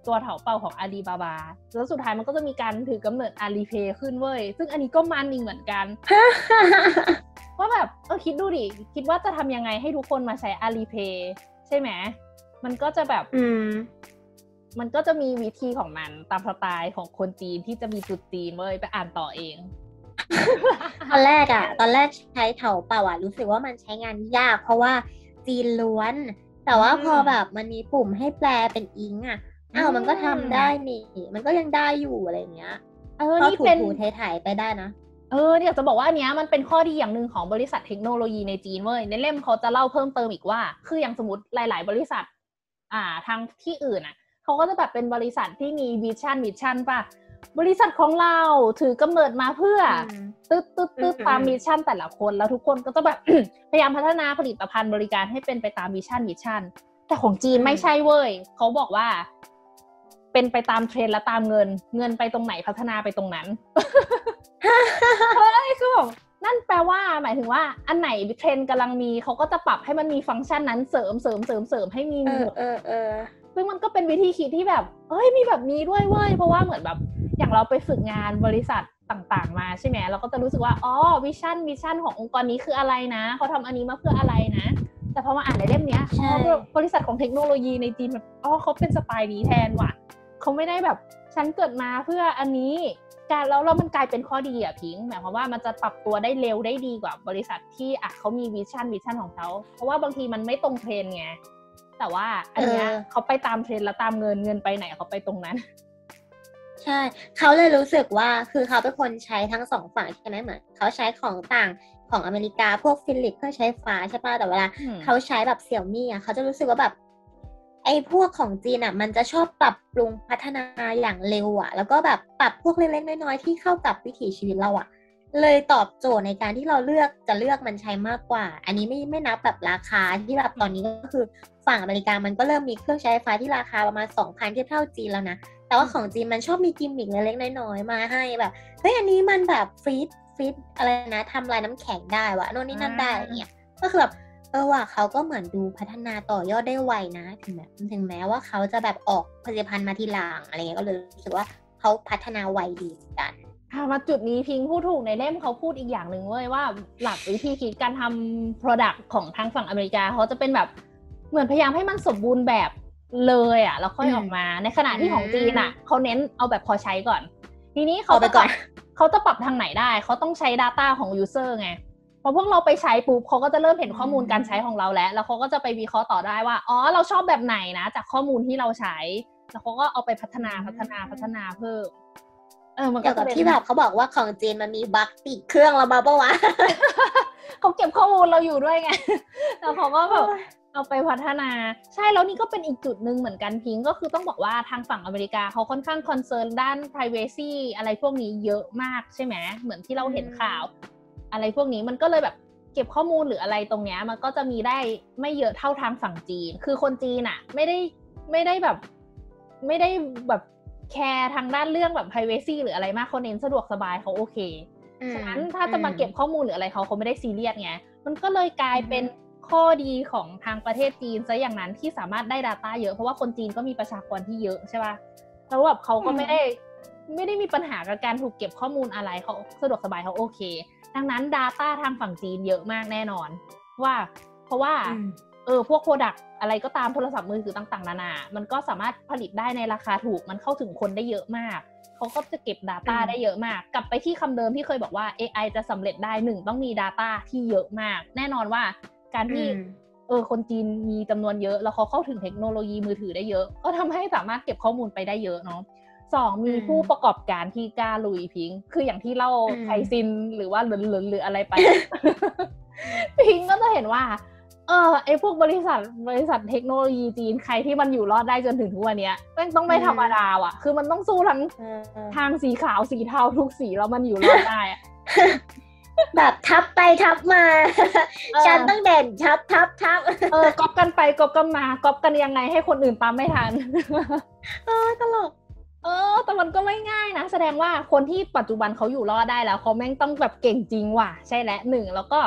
ตัวเถาเป่าของอาลีบาบาแล้วสุดท้ายมันก็จะมีการถือกำเนิดอาลีเพย์ขึ้นเว้ยซึ่งอันนี้ก็มันอีกเหมือนกัน ว่าแบบเออคิดดูดิคิดว่าจะทำยังไงให้ทุกคนมาใช้อาลีเพย์ใช่ไหมมันก็จะแบบอืมมันก็จะมีวิธีของมันตามสไตล์ของคนจีนที่จะมีจุดจีนเว้ยไปอ่านต่อเองตอนแรกอ่ะตอนแรกใช้เถาเป่าอ่ะรู้สึกว่ามันใช้งานยากเพราะว่าจีนล้วนแต่ว่าพอแบบมันมีปุ่มให้แปลเป็นอิงอ่ะอ้าวมันก็ทำได้นี่มันก็ยังได้อยู่อะไรเงี้ยเออนี่เป็นถูๆถ่ายๆไปได้นะเออเนี่ยจะบอกว่าอันเนี้ยมันเป็นข้อดีอย่างหนึ่งของบริษัทเทคโนโลยีในจีนเว้ยในเล่มเขาจะเล่าเพิ่มเติมอีกว่าคืออย่างสมมติหลายๆบริษัทอ่าทางที่อื่นอ่ะเขาก็จะแบบเป็นบริษัทที่มีวิชั่นวิชั่นป่ะบริษัทของเราถือกำเนิดมาเพื่อตึ๊ดตึ๊ดตึ๊ดตามวิชั่นแต่ละคนแล้วทุกคนก็จะแบบ พยายามพัฒนาผลิตภัณฑ์บริการให้เป็นไปตามวิชั่นวิชั่นแต่ของจีนไม่ใช่เว้ยเขาบอกว่าเป็นไปตามเทรนด์และตามเงินเงินไปตรงไหนพัฒนาไปตรงนั้น เฮ้ยคือแบบนั่นแปลว่าหมายถึงว่าอันไหนเทรนด์กำลังมีเขาก็จะปรับให้มันมีฟังก์ชันนั้นเสริมเสริมเสริมเสริมให้มีหมดเออเออซึ่งมันก็เป็นวิธีคิดที่แบบเฮ้ยมีแบบนี้ด้วยเว้ยเพราะว่าเหมือนแบบอย่างเราไปฝึกงานบริษัทต่างๆมาใช่ไหมเราก็จะรู้สึกว่าอ๋อวิชั่นวิชั่นขององค์กรนี้คืออะไรนะเขาทำอันนี้มาเพื่ออะไรนะแต่พอมาอ่านในเล่มนี้อ๋อบริษัทของเทคโนโลยีในจีนแบบอ๋อเขาเป็นสไตล์นี้แทนว่ะเขาไม่ได้แบบฉันเกิดมาเพื่ออันนี้การแล้วแล้วมันกลายเป็นข้อดีอ่ะพิงค์หมายความว่ามันจะปรับตัวได้เร็วได้ดีกว่าบริษัทที่อ่ะเขามีวิชั่นวิชั่นของเขาเพราะว่าบางทีมันไม่ตรงเทรนด์ไงแต่ว่าอันเนี้ยเขาไปตามเทรนด์และตามเงินเงินไปไหนเขาไปตรงนั้นใช่เขาเลยรู้สึกว่าคือเขาเป็นคนใช้ทั้งสองฝั่งใช่ไหมเหมือนเขาใช้ของต่างของอเมริกาพวกฟิลิปเพื่อใช้ฟ้าใช่ป่ะแต่เวลาเขาใช้แบบเสี่ยวมี่อ่ะเขาจะรู้สึกว่าแบบไอ้พวกของจีนอ่ะมันจะชอบปรับปรุงพัฒนาอย่างเร็วอ่ะแล้วก็แบบปรับพวกเล็กๆน้อยๆที่เข้ากับวิถีชีวิตเราอ่ะเลยตอบโจทย์ในการที่เราเลือกจะเลือกมันใช้มากกว่าอันนี้ไม่ไม่นับแบบราคาที่แบบตอนนี้ก็คือฝั่งอเมริกามันก็เริ่มมีเครื่องใช้ไฟฟ้าที่ราคาประมาณ สองพัน เทียบเท่าจีนแล้วนะแต่ว่าของจีนมันชอบมีกิมมิคเล็กๆน้อยๆมาให้แบบเฮ้ยอันนี้มันแบบฟรีดฟรีดอะไรนะทำลายน้ำแข็งได้วะโน่นนี่นั่นได้เนี่ยก็คือแบบเออว่ะเขาก็เหมือนดูพัฒนาต่อยอดได้ไวนะถึงแม้ถึงแม้ว่าเขาจะแบบออกผลิตภัณฑ์มาทีหลังอะไรเงี้ยก็เลยรู้สึกว่าเขาพัฒนาไวดีเหมือนกันมาจุดนี้พิงพูดถูกในเล่มเขาพูดอีกอย่างหนึ่งเว้ยว่าหลักวิธีคิดการทำ product ของทางฝั่งอเมริกาเขาจะเป็นแบบเหมือนพยายามให้มันสมบูรณ์แบบเลยอ่ะแล้วค่อยออกมาในขณะที่ของจีนอ่ะเขาเน้นเอาแบบพอใช้ก่อนทีนี้เขาไปก่อนเขาจะปรับทางไหนได้เขาต้องใช้ data ของ user ไงพอพวกเราไปใช้ปุ๊บเขาก็จะเริ่มเห็นข้อมูลการใช้ของเราแล้วแล้วเขาก็จะไปวิเคราะห์ต่อได้ว่าอ๋อเราชอบแบบไหนนะจากข้อมูลที่เราใช้แล้วเขาก็เอาไปพัฒนาพัฒนาพัฒนาเพิ่มเออมันก็แบบที่แบบเขาบอกว่าของจีนมันมีบั๊กติดเครื่องเรามาปะวะเขาเก็บข้อมูลเราอยู่ด้วยไงแล้วเขาก็แบบเอาไปพัฒนาใช่แล้วนี่ก็เป็นอีกจุดหนึ่งเหมือนกันพิงก็คือต้องบอกว่าทางฝั่งอเมริกาเขาค่อนข้างคอนเซิร์นด้าน privacy อะไรพวกนี้เยอะมากใช่ไหมเหมือนที่เราเห็นข่าวอะไรพวกนี้มันก็เลยแบบเก็บข้อมูลหรืออะไรตรงเนี้ยมันก็จะมีได้ไม่เยอะเท่าทางฝั่งจีนคือคนจีนอะไม่ได้ไม่ได้แบบไม่ได้แบบแคร์ทางด้านเรื่องแบบ privacy หรืออะไรมากเขาเน้นสะดวกสบายเขาโอเคฉะนั้นถ้าจะมาเก็บข้อมูลหรืออะไรเขาเขาไม่ได้ซีเรียสไงมันก็เลยกลายเป็นข้อดีของทางประเทศจีนซะอย่างนั้นที่สามารถได้ data เยอะเพราะว่าคนจีนก็มีประชากรที่เยอะใช่ป่ะแล้วแบบเขาก็ไม่ได้ไม่ได้มีปัญหากับการถูกเก็บข้อมูลอะไรเขาสะดวกสบายเขาโอเคดังนั้น data ทางฝั่งจีนเยอะมากแน่นอนว่าเพราะว่าเออพวก product อะไรก็ตามโทรศัพท์มือถือต่างๆนานามันก็สามารถผลิตได้ในราคาถูกมันเข้าถึงคนได้เยอะมากเขาก็จะเก็บ data ได้เยอะมากกลับไปที่คำเดิมที่เคยบอกว่า เอ ไอ จะสำเร็จได้หนึ่งต้องมี data ที่เยอะมากแน่นอนว่าการที่เออคนจีนมีจำนวนเยอะแล้วเขาเข้าถึงเทคโนโลยีมือถือได้เยอะก็ทำให้สามารถเก็บข้อมูลไปได้เยอะเนาะสองมีผู้ประกอบการที่กล้าลุยพิงคืออย่างที่เล่าไทซินหรือว่าหลุนๆหรืออะไรไป พิงก็จะเห็นว่าเออไอพวกบริษัทบริษัทเทคโนโลยีจีนใครที่มันอยู่รอดได้จนถึงทุกวันนี้ต้องไม่ธรรมดาอ่ะคือมันต้องสู้ทั้งทางสีขาวสีเทาทุกสีแล้วมันอยู่รอดได้อะแบบทับไปทับมาฉันต้องเด่นทับทับทับเออก๊อปกันไปก๊อปกันมาก๊อปกันยังไงให้คนอื่นตามไม่ทันเออตลกเออแต่มันก็ไม่ง่ายนะแสดงว่าคนที่ปัจจุบันเขาอยู่รอดได้แล้วเขาแม่งต้องแบบเก่งจริงว่ะใช่แล้วหนึ่งแล้วก็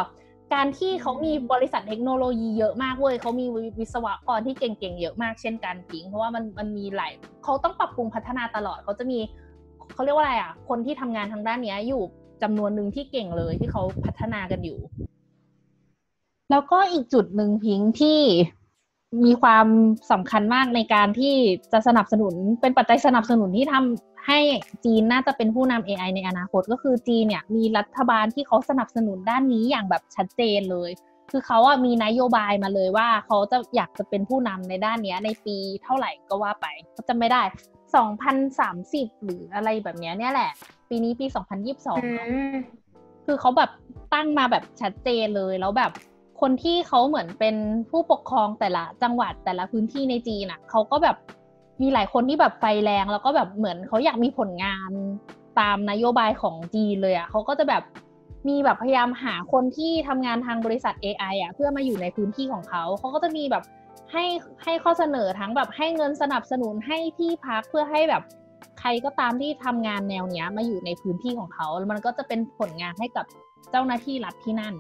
การที่เขามีบริษัทเทคโนโลยีเยอะมากเว้ยเขามีวิศวกรที่เก่งๆเยอะมากเช่นกันพิงเพราะว่ามันมันมีหลายเขาต้องปรับปรุงพัฒนาตลอดเขาจะมีเขาเรียกว่าอะไรอ่ะคนที่ทำงานทางด้านนี้อยู่จำนวนหนึ่งที่เก่งเลยที่เขาพัฒนากันอยู่แล้วก็อีกจุดหนึ่งพิงที่มีความสำคัญมากในการที่จะสนับสนุนเป็นปัจจัยสนับสนุนที่ทำให้จีนน่าจะเป็นผู้นำ เอ ไอ ในอนาคตก็คือจีนเนี่ยมีรัฐบาลที่เขาสนับสนุนด้านนี้อย่างแบบชัดเจนเลยคือเขาอะมีนโยบายมาเลยว่าเขาจะอยากจะเป็นผู้นำในด้านนี้ในปีเท่าไหร่ก็ว่าไปเขาจำไม่ได้สองพันสามสิบหรืออะไรแบบนี้เนี่ยแหละปีนี้ปีสองพันยี่สิบสองเนาะคือเขาแบบตั้งมาแบบชัดเจนเลยแล้วแบบคนที่เขาเหมือนเป็นผู้ปกครองแต่ละจังหวัดแต่ละพื้นที่ในจีนน่ะเขาก็แบบมีหลายคนที่แบบไฟแรงแล้วก็แบบเหมือนเขาอยากมีผลงานตามนโยบายของจีนเลยอ่ะเขาก็จะแบบมีแบบพยายามหาคนที่ทำงานทางบริษัท เอ ไอ อ่ะเพื่อมาอยู่ในพื้นที่ของเขาเขาก็จะมีแบบให้ให้ข้อเสนอทั้งแบบให้เงินสนับสนุนให้ที่พักเพื่อให้แบบใครก็ตามที่ทำงานแนวเนี้ยมาอยู่ในพื้นที่ของเขาแล้วมันก็จะเป็นผลงานให้กับเจ้าหน้าที่รัฐที่นั่น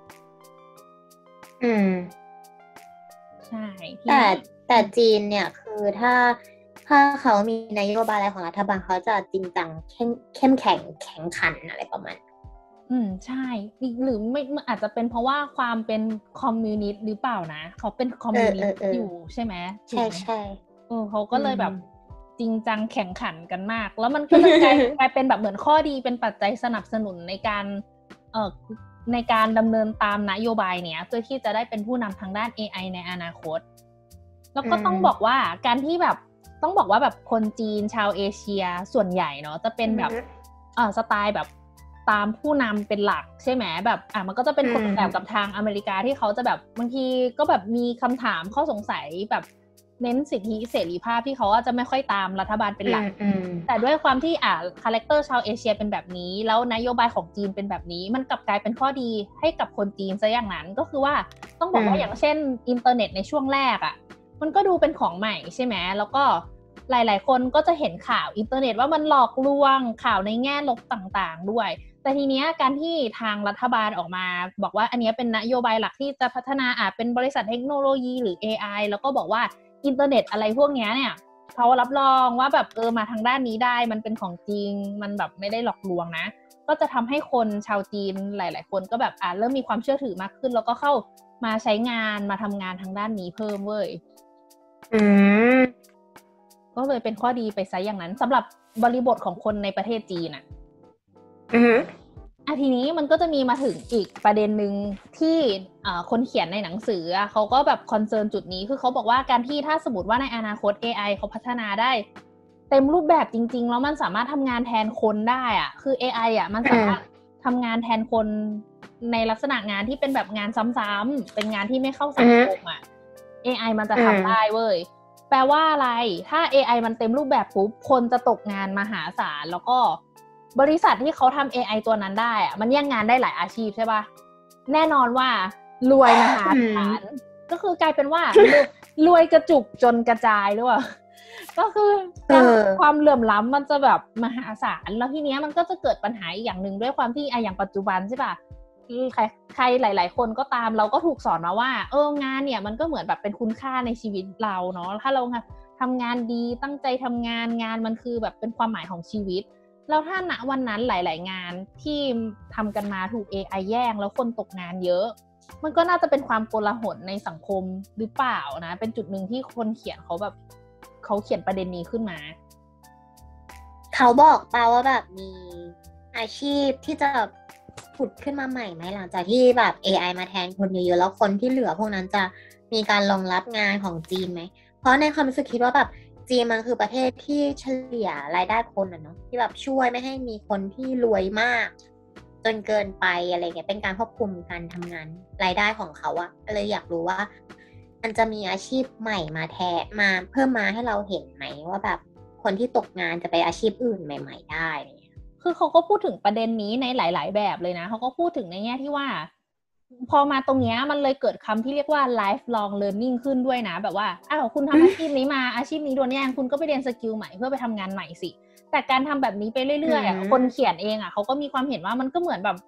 อืมใช่แต่แต่จีนเนี่ยคือถ้าถ้าเขามีนโยบายอะไรของรัฐบาลเขาจะจริงจังเข้มเข้มแข็งแข็งขันอะไรประมาณอืมใช่หรือไม่อาจจะเป็นเพราะว่าความเป็นคอมมิวนิสต์หรือเปล่านะเขาเป็นคอมมิวนิสต์อยู่ใช่ไหมใช่ใช่เออเขาก็เลยแบบจริงจังแข่งขันกันมากแล้วมันก็เลยกลายกลายเป็นแบบเหมือนข้อดีเป็นปัจจัยสนับสนุนในการเอ่อในการดำเนินตามนโยบายเนี้ยเพื่อที่จะได้เป็นผู้นำทางด้าน เอ ไอ ในอนาคตแล้วก็ต้องบอกว่าการที่แบบต้องบอกว่าแบบคนจีนชาวเอเชียส่วนใหญ่เนาะจะเป็นแบบเออสไตล์แบบตามผู้นำเป็นหลักใช่ไหมแบบอ่ะมันก็จะเป็นคนแบบกับทางอเมริกาที่เขาจะแบบบางทีก็แบบมีคำถามข้อสงสัยแบบเน้นสิทธิเสรีภาพที่เขาจะไม่ค่อยตามรัฐบาลเป็นหลักแต่ด้วยความที่อ่ะคาแรคเตอร์ชาวเอเชียเป็นแบบนี้แล้วนโยบายของจีนเป็นแบบนี้มันกลับกลายเป็นข้อดีให้กับคนจีนซะอย่างนั้นก็คือว่าต้องบอกว่าอย่างเช่นอินเทอร์เน็ตในช่วงแรกอ่ะมันก็ดูเป็นของใหม่ใช่ไหมแล้วก็หลายๆคนก็จะเห็นข่าวอินเทอร์เน็ตว่ามันหลอกลวงข่าวในแง่ลบต่างๆด้วยแต่ทีเนี้ยการที่ทางรัฐบาลออกมาบอกว่าอันนี้เป็นนโยบายหลักที่จะพัฒนาอาจเป็นบริษัทเทคโนโลยีหรือ เอ ไอ แล้วก็บอกว่าอินเทอร์เน็ตอะไรพวกนี้เนี่ยเขารับรองว่าแบบเออมาทางด้านนี้ได้มันเป็นของจริงมันแบบไม่ได้หลอกลวงนะก็จะทำให้คนชาวจีนหลายๆคนก็แบบอ่ะเริ่มมีความเชื่อถือมากขึ้นแล้วก็เข้ามาใช้งานมาทำงานทางด้านนี้เพิ่มเว้ยอืมก็เลยเป็นข้อดีไปซะอย่างนั้นสำหรับบริบทของคนในประเทศจีนอ่ะอืออ่ะทีนี้มันก็จะมีมาถึงอีกประเด็นหนึ่งที่คนเขียนในหนังสือเขาก็แบบคอนเซิร์นจุดนี้คือเขาบอกว่าการที่ถ้าสมมติว่าในอนาคต เอ ไอ เขาพัฒนาได้เต็มรูปแบบจริงๆแล้วมันสามารถทำงานแทนคนได้อ่ะคือ เอ ไอ อ่ะมันสามารถทำงานแทนคนในลักษณะงานที่เป็นแบบงานซ้ำๆเป็นงานที่ไม่เข้าสังคมอ่ะ เอ ไอ มันจะทำได้เว้ยแปลว่าอะไรถ้า เอ ไอ มันเต็มรูปแบบปุ๊บคนจะตกงานมหาศาลแล้วก็บริษัทที่เขาทำ เอ ไอ ตัวนั้นได้อะมันแย่งงานได้หลายอาชีพใช่ป่ะแน่นอนว่ารวยมหาศาลก็คือกลายเป็นว่ารวยกระจุกจนกระจายหรือเปล่าก็คือความเหลื่อมล้ำมันจะแบบมหาศาลแล้วทีเนี้ยมันก็จะเกิดปัญหาอีกอย่างนึงด้วยความที่อ่ะอย่างปัจจุบันใช่ป่ะใครใครหลายๆคนก็ตามเราก็ถูกสอนมาว่าเอองานเนี่ยมันก็เหมือนแบบเป็นคุณค่าในชีวิตเราเนาะถ้าเราทำงานดีตั้งใจทำงานงานมันคือแบบเป็นความหมายของชีวิตแล้วถ้าณวันนั้นหลายๆงานที่ทำกันมาถูก เอ ไอ แย่งแล้วคนตกงานเยอะมันก็น่าจะเป็นความโกลาหลในสังคมหรือเปล่านะเป็นจุดหนึ่งที่คนเขียนเขาแบบเขาเขียนประเด็นนี้ขึ้นมาเขาบอกเปล่าว่าแบบมีอาชีพที่จะผุดขึ้นมาใหม่ไหมหลังจากที่แบบ เอ ไอ มาแทนคนเยอะๆแล้วคนที่เหลือพวกนั้นจะมีการรองรับงานของจีนไหมเพราะในความรู้สึกคิดว่าแบบจีนมันคือประเทศที่เฉลี่ยรายได้คนอ่ะเนาะที่แบบช่วยไม่ให้มีคนที่รวยมากจนเกินไปอะไรเงี้ยเป็นการควบคุมการทำงานรายได้ของเขาอะเลยอยากรู้ว่ามันจะมีอาชีพใหม่มาแทนมาเพิ่มมาให้เราเห็นไหมว่าแบบคนที่ตกงานจะไปอาชีพอื่นใหม่ๆได้คือเขาก็พูดถึงประเด็นนี้ในหลายๆแบบเลยนะเขาก็พูดถึงในแง่ที่ว่าพอมาตรงนี้มันเลยเกิดคำที่เรียกว่า lifelong learning ขึ้นด้วยนะแบบว่าอ้าวคุณทำอาชีพนี้มาอาชีพนี้โดนแย่งคุณก็ไปเรียนสกิลใหม่เพื่อไปทำงานใหม่สิแต่การทำแบบนี้ไปเรื่อยๆอ่ะคนเขียนเองอ่ะเขาก็มีความเห็นว่ามันก็เหมือนแบบ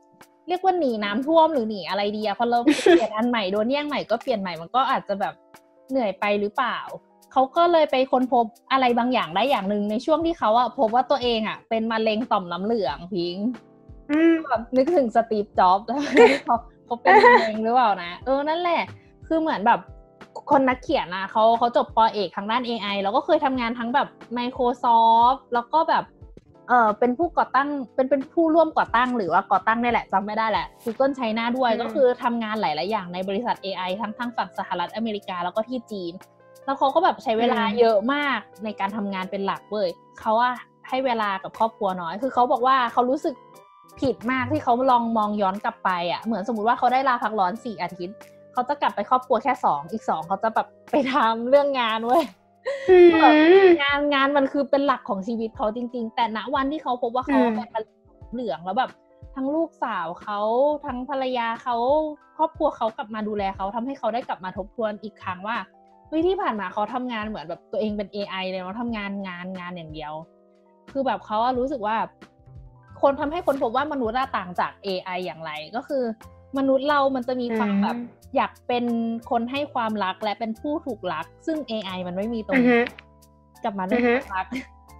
เรียกว่าหนีน้ำท่วมหรือหนีอะไรดีอะพอเราเปลี่ยนอันใหม่โดนแย่งใหม่ก็เปลี่ยนใหม่มันก็อาจจะแบบเหนื่อยไปหรือเปล่าเขาก็เลยไปค้นพบอะไรบางอย่างได้อย่างหนึ่งในช่วงที่เขาอะพบว่าตัวเองอะเป็นมะเร็งต่อมน้ำเหลืองพิงแบบนึกถึงสตีฟจ็อบส์แล้วเขาเขาเป็นมะเร็งหรือเปล่านะเออนั่นแหละคือเหมือนแบบคนนักเขียนนะเขาเขาจบป.เอกทางด้าน เอ ไอ แล้วก็เคยทำงานทั้งแบบ Microsoft แล้วก็แบบเออเป็นผู้ก่อตั้งเป็นเป็นผู้ร่วมก่อตั้งหรือว่าก่อตั้งได้แหละจำไม่ได้แหละ Google China ด้วยก็คือทำงานหลายๆอย่างในบริษัท เอ ไอ ทั้งทางฝั่งสหรัฐอเมริกาแล้วก็ที่จีนแล้วเขาก็แบบใช้เวลาเยอะมากในการทำงานเป็นหลักเว้ยเขาอะให้เวลากับครอบครัวน้อยคือเขาบอกว่าเขารู้สึกผิดมากที่เขาลองมองย้อนกลับไปอะเหมือนสมมุติว่าเขาได้ลาพักร้อนสี่อาทิตย์เขาจะกลับไปครอบครัวแค่สองอีกสองเขาจะแบบไปทำเรื่องงานเว้ยงานงานมันคือเป็นหลักของชีวิตเขาจริงๆแต่ณวันที่เขาพบว่าเขาเป็นมะเร็งเหลืองแล้วแบบทั้งลูกสาวเขาทั้งภรรยาเขาครอบครัวเขากลับมาดูแลเขาทำให้เขาได้กลับมาทบทวนอีกครั้งว่าเฮ้ยที่ผ่านมาเขาทำงานเหมือนแบบตัวเองเป็น เอ ไอ เลยเนาะทำงานงานงานอย่างเดียวคือแบบเขารู้สึกว่าคนทำให้คนพบว่ามนุษย์ต่างจาก เอ ไอ อย่างไรก็คือมนุษย์เรามันจะมีความแบบอยากเป็นคนให้ความรักและเป็นผู้ถูกรักซึ่ง เอ ไอ มันไม่มีตรงนี้กลับมาเรื่องความรัก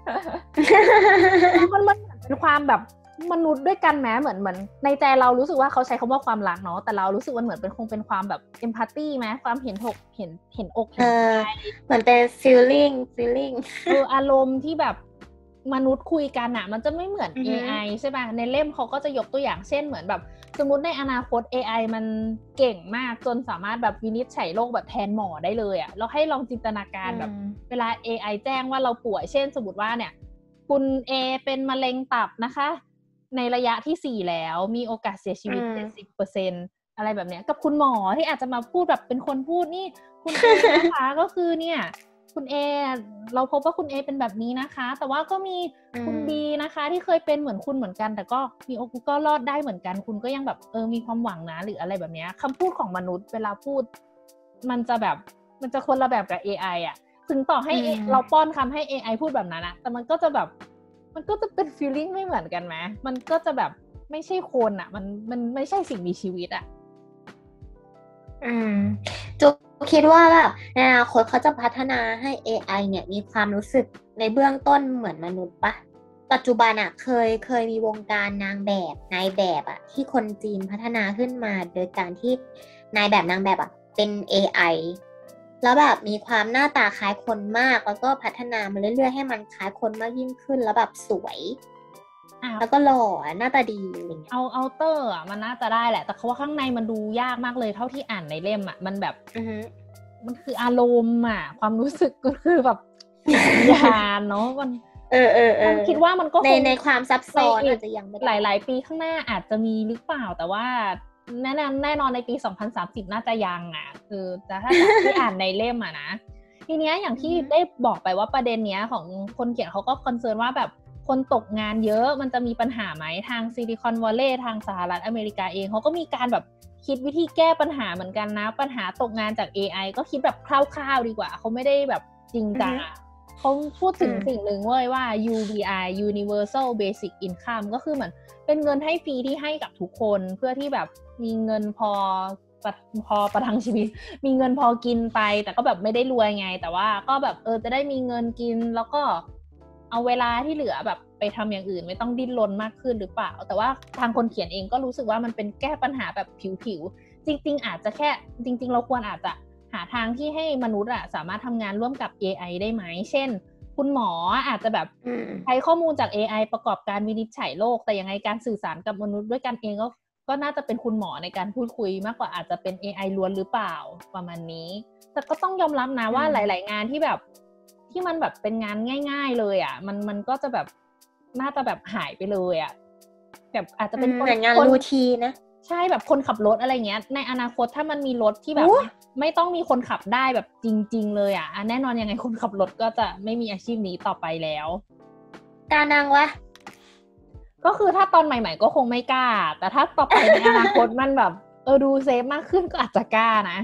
มันมันเป็นความแบบมนุษย์ด้วยกันแม้เหมือนเหมือนในใจเรารู้สึกว่าเขาใช้คำว่าความรักเนาะแต่เรารู้สึกว่าเหมือนเป็นคงเป็นความแบบเอมพัตตี้ไหมความเห็นอกเห็นเห็นอกเห็นใจเหมือนเป็น feeling feeling เอออารมณ์ที่แบบมนุษย์คุยกันอะมันจะไม่เหมือน เอ ไอ ใช่ป่ะในเล่มเขาก็จะยกตัวอย่างเช่นเหมือนแบบสมมุติในอนาคต เอ ไอ มันเก่งมากจนสามารถแบบวินิจฉัยโรคแบบแทนหมอได้เลยอะเราให้ลองจินตนาการแบบเวลา เอ ไอ แจ้งว่าเราป่วยเช่นสมมติว่าเนี่ยคุณ A เป็นมะเร็งตับนะคะในระยะที่สี่แล้วมีโอกาสเสียชีวิต เจ็ดสิบเปอร์เซ็นต์ อะไรแบบเนี้ยกับคุณหมอที่อาจจะมาพูดแบบเป็นคนพูดนี่คุณ A นะคะก็คือเนี่ยคุณ A เราพบว่าคุณ A เป็นแบบนี้นะคะแต่ว่าก็มีคุณ B นะคะที่เคยเป็นเหมือนคุณเหมือนกันแต่ก็มีโอกาสก็รอดได้เหมือนกันคุณก็ยังแบบเออมีความหวังนะหรืออะไรแบบนี้คำพูดของมนุษย์เวลาพูดมันจะแบบมันจะคนละแบบกับ เอ ไอ อ่ะถึงต่อให้เราป้อนคำให้ เอ ไอ พูดแบบนั้นนะแต่มันก็จะแบบมันก็จะเป็น feeling ไม่เหมือนกันไหมมันก็จะแบบไม่ใช่คนอ่ะมันมันไม่ใช่สิ่งมีชีวิตอ่ะอืมจูคิดว่าแบบในอนาคตเขาจะพัฒนาให้ เอ ไอ เนี่ยมีความรู้สึกในเบื้องต้นเหมือนมนุษย์ปะปัจจุบันอะเคยเคยมีวงการนางแบบนายแบบอะที่คนจีนพัฒนาขึ้นมาโดยการที่นายแบบนางแบบอะเป็น เอ ไอ แล้วแบบมีความหน้าตาคล้ายคนมากแล้วก็พัฒนามาเรื่อยๆให้มันคล้ายคนมากยิ่งขึ้นแล้วแบบสวยแล้วก็หล่อหน้าตาดีอะไรเงี้ยเอาเอาเตอร์อ่ะมันน่าจะได้แหละแต่เขาว่าข้างในมันดูยากมากเลยเท่าที่อ่านในเล่มอ่ะมันแบบมันคืออารมณ์อ่ะความรู้สึกก็คือแบบยานเนาะมันเออเออเออคิดว่ามันก็ในในความซับซ้อนอาจจะยังไม่หลายๆปีข้างหน้าอาจจะมีหรือเปล่าแต่ว่าแน่นอนแน่นอนในปีสองพันสามสิบน่าจะยังอ่ะคือแต่ถ้าที่อ่านในเล่มอ่ะนะทีเนี้ยอย่างที่ได้บอกไปว่าประเด็นเนี้ยของคนเขียนเขาก็คอนเซิร์นว่าแบบคนตกงานเยอะมันจะมีปัญหาไหมทางซิลิคอนวัลเลย์ทางสหรัฐอเมริกาเองเขาก็มีการแบบคิดวิธีแก้ปัญหาเหมือนกันนะปัญหาตกงานจาก เอ ไอ ก็คิดแบบคร่าวๆดีกว่าเขาไม่ได้แบบจริงจังเขาพูดถึงสิ่งหนึ่งเว้ยว่า ยู บี ไอ Universal Basic Income ก็คือเหมือนเป็นเงินให้ฟรีที่ให้กับทุกคนเพื่อที่แบบมีเงินพอพอประทังชีวิตมีเงินพอกินไปแต่ก็แบบไม่ได้รวยไงแต่ว่าก็แบบเออจะได้มีเงินกินแล้วก็เอาเวลาที่เหลือแบบไปทำอย่างอื่นไม่ต้องดิ้นรนมากขึ้นหรือเปล่าแต่ว่าทางคนเขียนเองก็รู้สึกว่ามันเป็นแก้ปัญหาแบบผิวๆจริงๆอาจจะแค่จริงๆเราควรอาจจะหาทางที่ให้มนุษย์อะสามารถทำงานร่วมกับ เอ ไอ ได้ไหมเช่นคุณหมออาจจะแบบใช้ข้อมูลจาก เอ ไอ ประกอบการวินิจฉัยโรคแต่ยังไงการสื่อสารกับมนุษย์ด้วยกันเองก็ก็น่าจะเป็นคุณหมอในการพูดคุยมากกว่าอาจจะเป็น เอ ไอ ล้วนหรือเปล่าประมาณนี้แต่ก็ต้องยอมรับนะว่าหลายๆงานที่แบบที่มันแบบเป็นงานง่ายๆเลยอ่ะมันมันก็จะแบบน่าจะแบบหายไปเลยอ่ะแบบอาจจะเป็นคนงานรูทีนนะใช่แบบคนขับรถอะไรเงี้ยในอนาคตถ้ามันมีรถที่แบบไม่ต้องมีคนขับได้แบบจริงๆเลยอ่ะแน่นอนยังไงคนขับรถก็จะไม่มีอาชีพนี้ต่อไปแล้วการนั่งวะก็คือถ้าตอนใหม่ๆก็คงไม่กล้าแต่ถ้าต่อไปในอนาคตมันแบบเออดูเซฟมากขึ้นก็อาจจะกล้านะ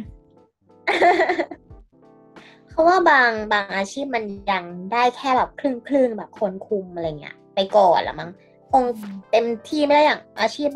เพราะว่าบางบางอาชีพมันยังได้แค่แบบครึ่งครึ่งแบบคนคุมอะไรเงี้ยไปก่อนละมั้งคงเต็มที่ไม่ได้อย่างอาชีพแบบ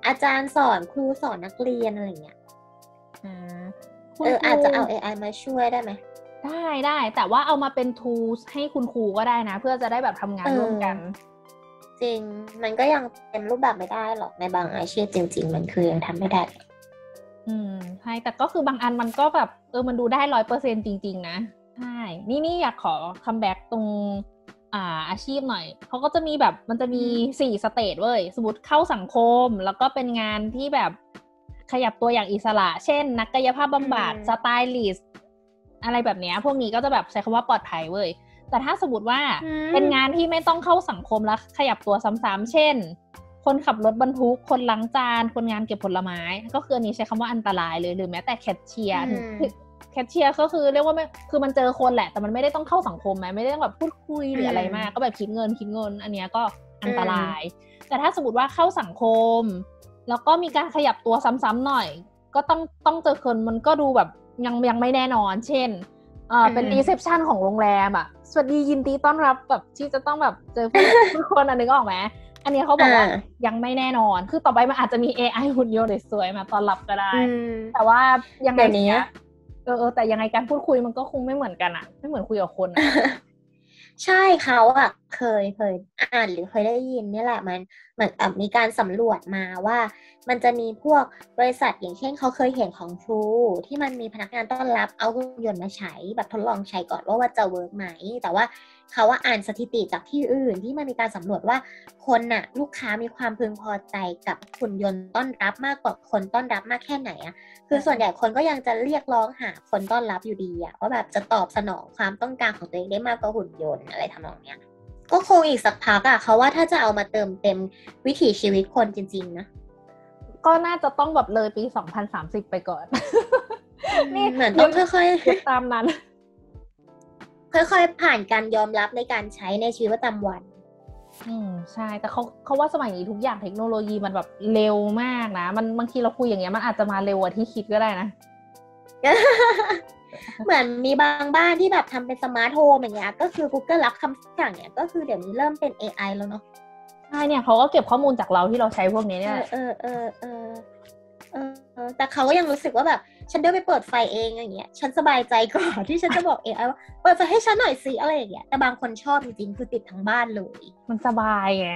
อาจารย์สอนครูสอนนักเรียนอะไรเงี้ยอ่าเอออาจจะเอา เอ ไอ มาช่วยได้ไหมได้ได้แต่ว่าเอามาเป็น tools ให้คุณครูก็ได้นะเพื่อจะได้แบบทำงานร่วมกันจริงมันก็ยังเต็มรูปแบบไม่ได้หรอกในบางอาชีพจริงๆมันคือยังทำไม่ได้อืมใช่แต่ก็คือบางอันมันก็แบบเออมันดูได้ร้อยเปอร์เซ็นต์จริงๆนะใช่นี่นี่อยากขอคัมแบ็กตรงอ่าอาชีพหน่อยเขาก็จะมีแบบมันจะมีสี่สเตจเว้ยสมมติเข้าสังคมแล้วก็เป็นงานที่แบบขยับตัวอย่างอิสระเช่นนักกายภาพบำบัดสไตลิสต์อะไรแบบนี้พวกนี้ก็จะแบบใช้คำว่าปลอดภัยเว้ยแต่ถ้าสมมติว่าเป็นงานที่ไม่ต้องเข้าสังคมแล้วขยับตัวซ้ำๆเช่นคนขับรถบรรทุกคนล้างจานคนงานเก็บผลไม้ก็คืออันนี้ใช้คำว่าอันตรายเลยหรือแม้แต่แคชเชียร์แคชเชียร์ก็คือเรียกว่าไม่คือมันเจอคนแหละแต่มันไม่ได้ต้องเข้าสังคมไหมไม่ได้ต้องแบบพูดคุยหรืออะไรมากก็แบบคิดเงินคิดเงินอันนี้ก็อันตรายแต่ถ้าสมมติว่าเข้าสังคมแล้วก็มีการขยับตัวซ้ำๆหน่อยก็ต้องต้องเจอคนมันก็ดูแบบยังยังไม่แน่นอนเช่นเออเป็นรีเซพชันของโรงแรมอ่ะสวัสดียินดีต้อนรับแบบที่จะต้องแบบเจอผู้คนอันนึงก็ออกไหมอันนี้เขาบอกว่ายังไม่แน่นอนคือต่อไปมันอาจจะมี เอ ไอ หุ่นยนต์สวยมาต้อนรับก็ได้แต่ว่ายังไงเนี้ยเออเออแต่ยังไงการพูดคุยมันก็คงไม่เหมือนกันอ่ะไม่เหมือนคุยกับคนอ่ะใช่เขาอ่ะเคยเคยอ่านหรือเคยได้ยินนี่แหละมันเหมือนอ่ะมีการสำรวจมาว่ามันจะมีพวกบริษัทอย่างเช่นเขาเคยเห็นของ True ที่มันมีพนักงานต้อนรับเอาหุ่นยนต์มาใช้แบบทดลองใช้ก่อนว่าว่าจะเวิร์กไหมแต่ว่าเขาว่าอ่านสถิติจากที่อื่นที่มันมีการสำรวจว่าคนน่ะลูกค้ามีความพึงพอใจกับหุ่นยนต์ต้อนรับมากกว่าคนต้อนรับมากแค่ไหนอ่ะคือส่วนใหญ่คนก็ยังจะเรียกร้องหาคนต้อนรับอยู่ดีอ่ะว่าแบบจะตอบสนองความต้องการของตัวเองได้มากกว่าหุ่นยนต์อะไรทำนองเนี้ยก็คงอีกสักพักอ่ะเขาว่าถ้าจะเอามาเติมเต็มวิถีชีวิตคนจริงๆนะก็น่าจะต้องแบบเลยปีสองพันสามสิบไปก่อนนี่เหมือนต้องค่อยๆตามนั้นค่อยๆผ่านการยอมรับในการใช้ในชีวิตประจำวันอืมใช่แต่เขาเขาว่าสมัยนี้ทุกอย่างเทคโนโลยีมันแบบเร็วมากนะมันบางทีเราคุยอย่างเงี้ยมันอาจจะมาเร็วกว่าที่คิดก็ได้นะเหมือนมีบางบ้านที่แบบทำเป็นสมาร์ทโฮมอย่างเงี้ยก็คือ Google รับคำสั่งเนี่ยก็คือเดี๋ยวนี้เริ่มเป็น เอ ไอ แล้วเนาะใช่เนี่ยเขาก็เก็บข้อมูลจากเราที่เราใช้พวกนี้เนี่ยเออเออเออเออแต่เขาก็ยังรู้สึกว่าแบบฉันเดินไปเปิดไฟเองอย่างเงี้ยฉันสบายใจกว่าที่ฉันจะบอก เอ ไอ ว่าเปิดไฟให้ฉันหน่อยสิอะไรอย่างเงี้ยแต่บางคนชอบจริงๆคือติดทั้งบ้านเลยมันสบายไง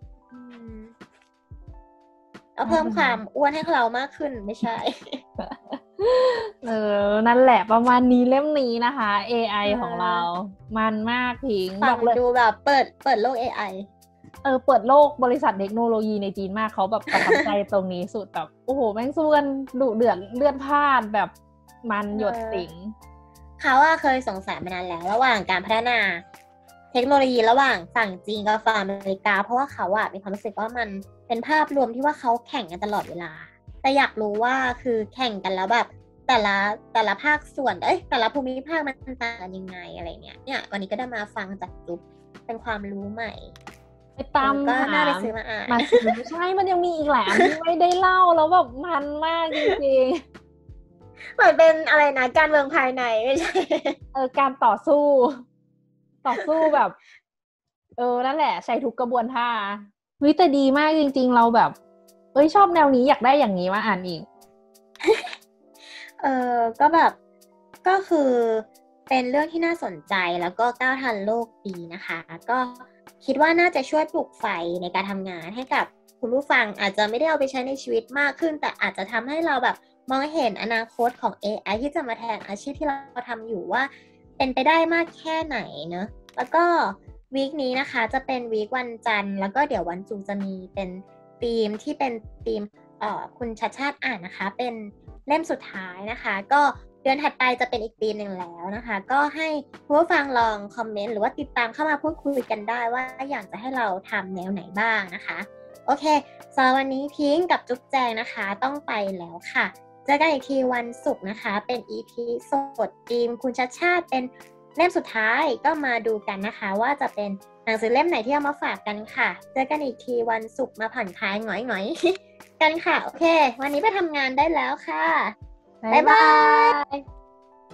เอาเพิ่มความอ้วนให้เรามากขึ้นไม่ใช่เออนั่นแหละประมาณนี้เล่มนี้นะคะ เอ ไอ ของเรามันมากพิงฟังดูแบบเปิดเปิดโลก เอ ไอเออเปิดโลกบริษัทเทคโนโลยีในจีนมากเขาแบบประทับใจตรงนี้สุดแบบโอ้โหแม่งสู้กันดุเดือดเลือดพล่านแบบมันหยดสิงเขาอะเคยสงสัยมานานแล้วระหว่างการพัฒนาเทคโนโลยีระหว่างฝั่งจีนกับฝั่งอเมริกาเพราะว่าเขาอะมีความรู้สึกว่ามันเป็นภาพรวมที่ว่าเขาแข่งกันตลอดเวลาแต่อยากรู้ว่าคือแข่งกันแล้วแบบแต่ละแต่ละภาคส่วนเอ้ยแต่ละภูมิภาคมันต่างกันยังไงอะไรเงี้ยเนี่ยวันนี้ก็ได้มาฟังจากจุ๊บเป็นความรู้ใหม่ไปตามก็น่าไปซื้อมาอ่านมาซื้อใช่มันยังมีอีกหลายอันที่ไม่ได้เล่าแล้วแบบมันมากจริงๆเหมือนเป็นอะไรนะการเมืองภายในไม่ใช่เออการต่อสู้ต่อสู้แบบเออนั่นแหละใช้ทุกกระบวนท่าเฮ้ยแต่ดีมากจริงๆเราแบบเอ้ยชอบแนวนี้อยากได้อย่างนี้มาอ่านอีกเออก็แบบก็คือเป็นเรื่องที่น่าสนใจแล้วก็ก้าวทันโลกดีนะคะก็คิดว่าน่าจะช่วยปลุกไฟในการทำงานให้กับคุณผู้ฟังอาจจะไม่ได้เอาไปใช้ในชีวิตมากขึ้นแต่อาจจะทำให้เราแบบมองเห็นอนาคตของ เอ ไอ ที่จะมาแทนอาชีพที่เราทำอยู่ว่าเป็นไปได้มากแค่ไหนเนอะแล้วก็วีคนี้นะคะจะเป็นวีควันจันทร์แล้วก็เดี๋ยววันศุกร์จะมีเป็นธีมที่เป็นธีมเอ่อคุณชัดชาติอ่านนะคะเป็นเล่มสุดท้ายนะคะก็เดือนถัดไปจะเป็นอีกธีมหนึ่งแล้วนะคะก็ให้ผู้ฟังลองคอมเมนต์หรือว่าติดตามเข้ามาพูดคุยกันได้ว่าอยากจะให้เราทำแนวไหนบ้างนะคะโอเคสำหรับวันนี้พิงค์กับจุ๊บแจงนะคะต้องไปแล้วค่ะเจอกันอีกทีวันศุกร์นะคะเป็น อี พี สดธีมคุณชัดชาติเป็นเล่มสุดท้ายก็มาดูกันนะคะว่าจะเป็นหนังสือเล่มไหนที่เอามาฝากกันค่ะเจอกันอีกทีวันศุกร์มาผ่อนคลายหงอยๆกันค่ะโอเควันนี้ไปทำงานได้แล้วค่ะบ๊ายบาย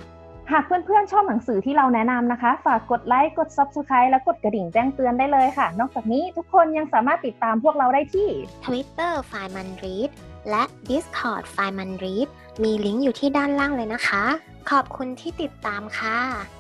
หากเพื่อนๆชอบหนังสือที่เราแนะนำนะคะฝากกดไลค์กด ซับสไครบ์ และกดกระดิ่งแจ้งเตือนได้เลยค่ะนอกจากนี้ทุกคนยังสามารถติดตามพวกเราได้ที่ Twitter ไฟล์มันรีดและ Discord ไฟล์มันรีดมีลิงก์อยู่ที่ด้านล่างเลยนะคะขอบคุณที่ติดตามค่ะ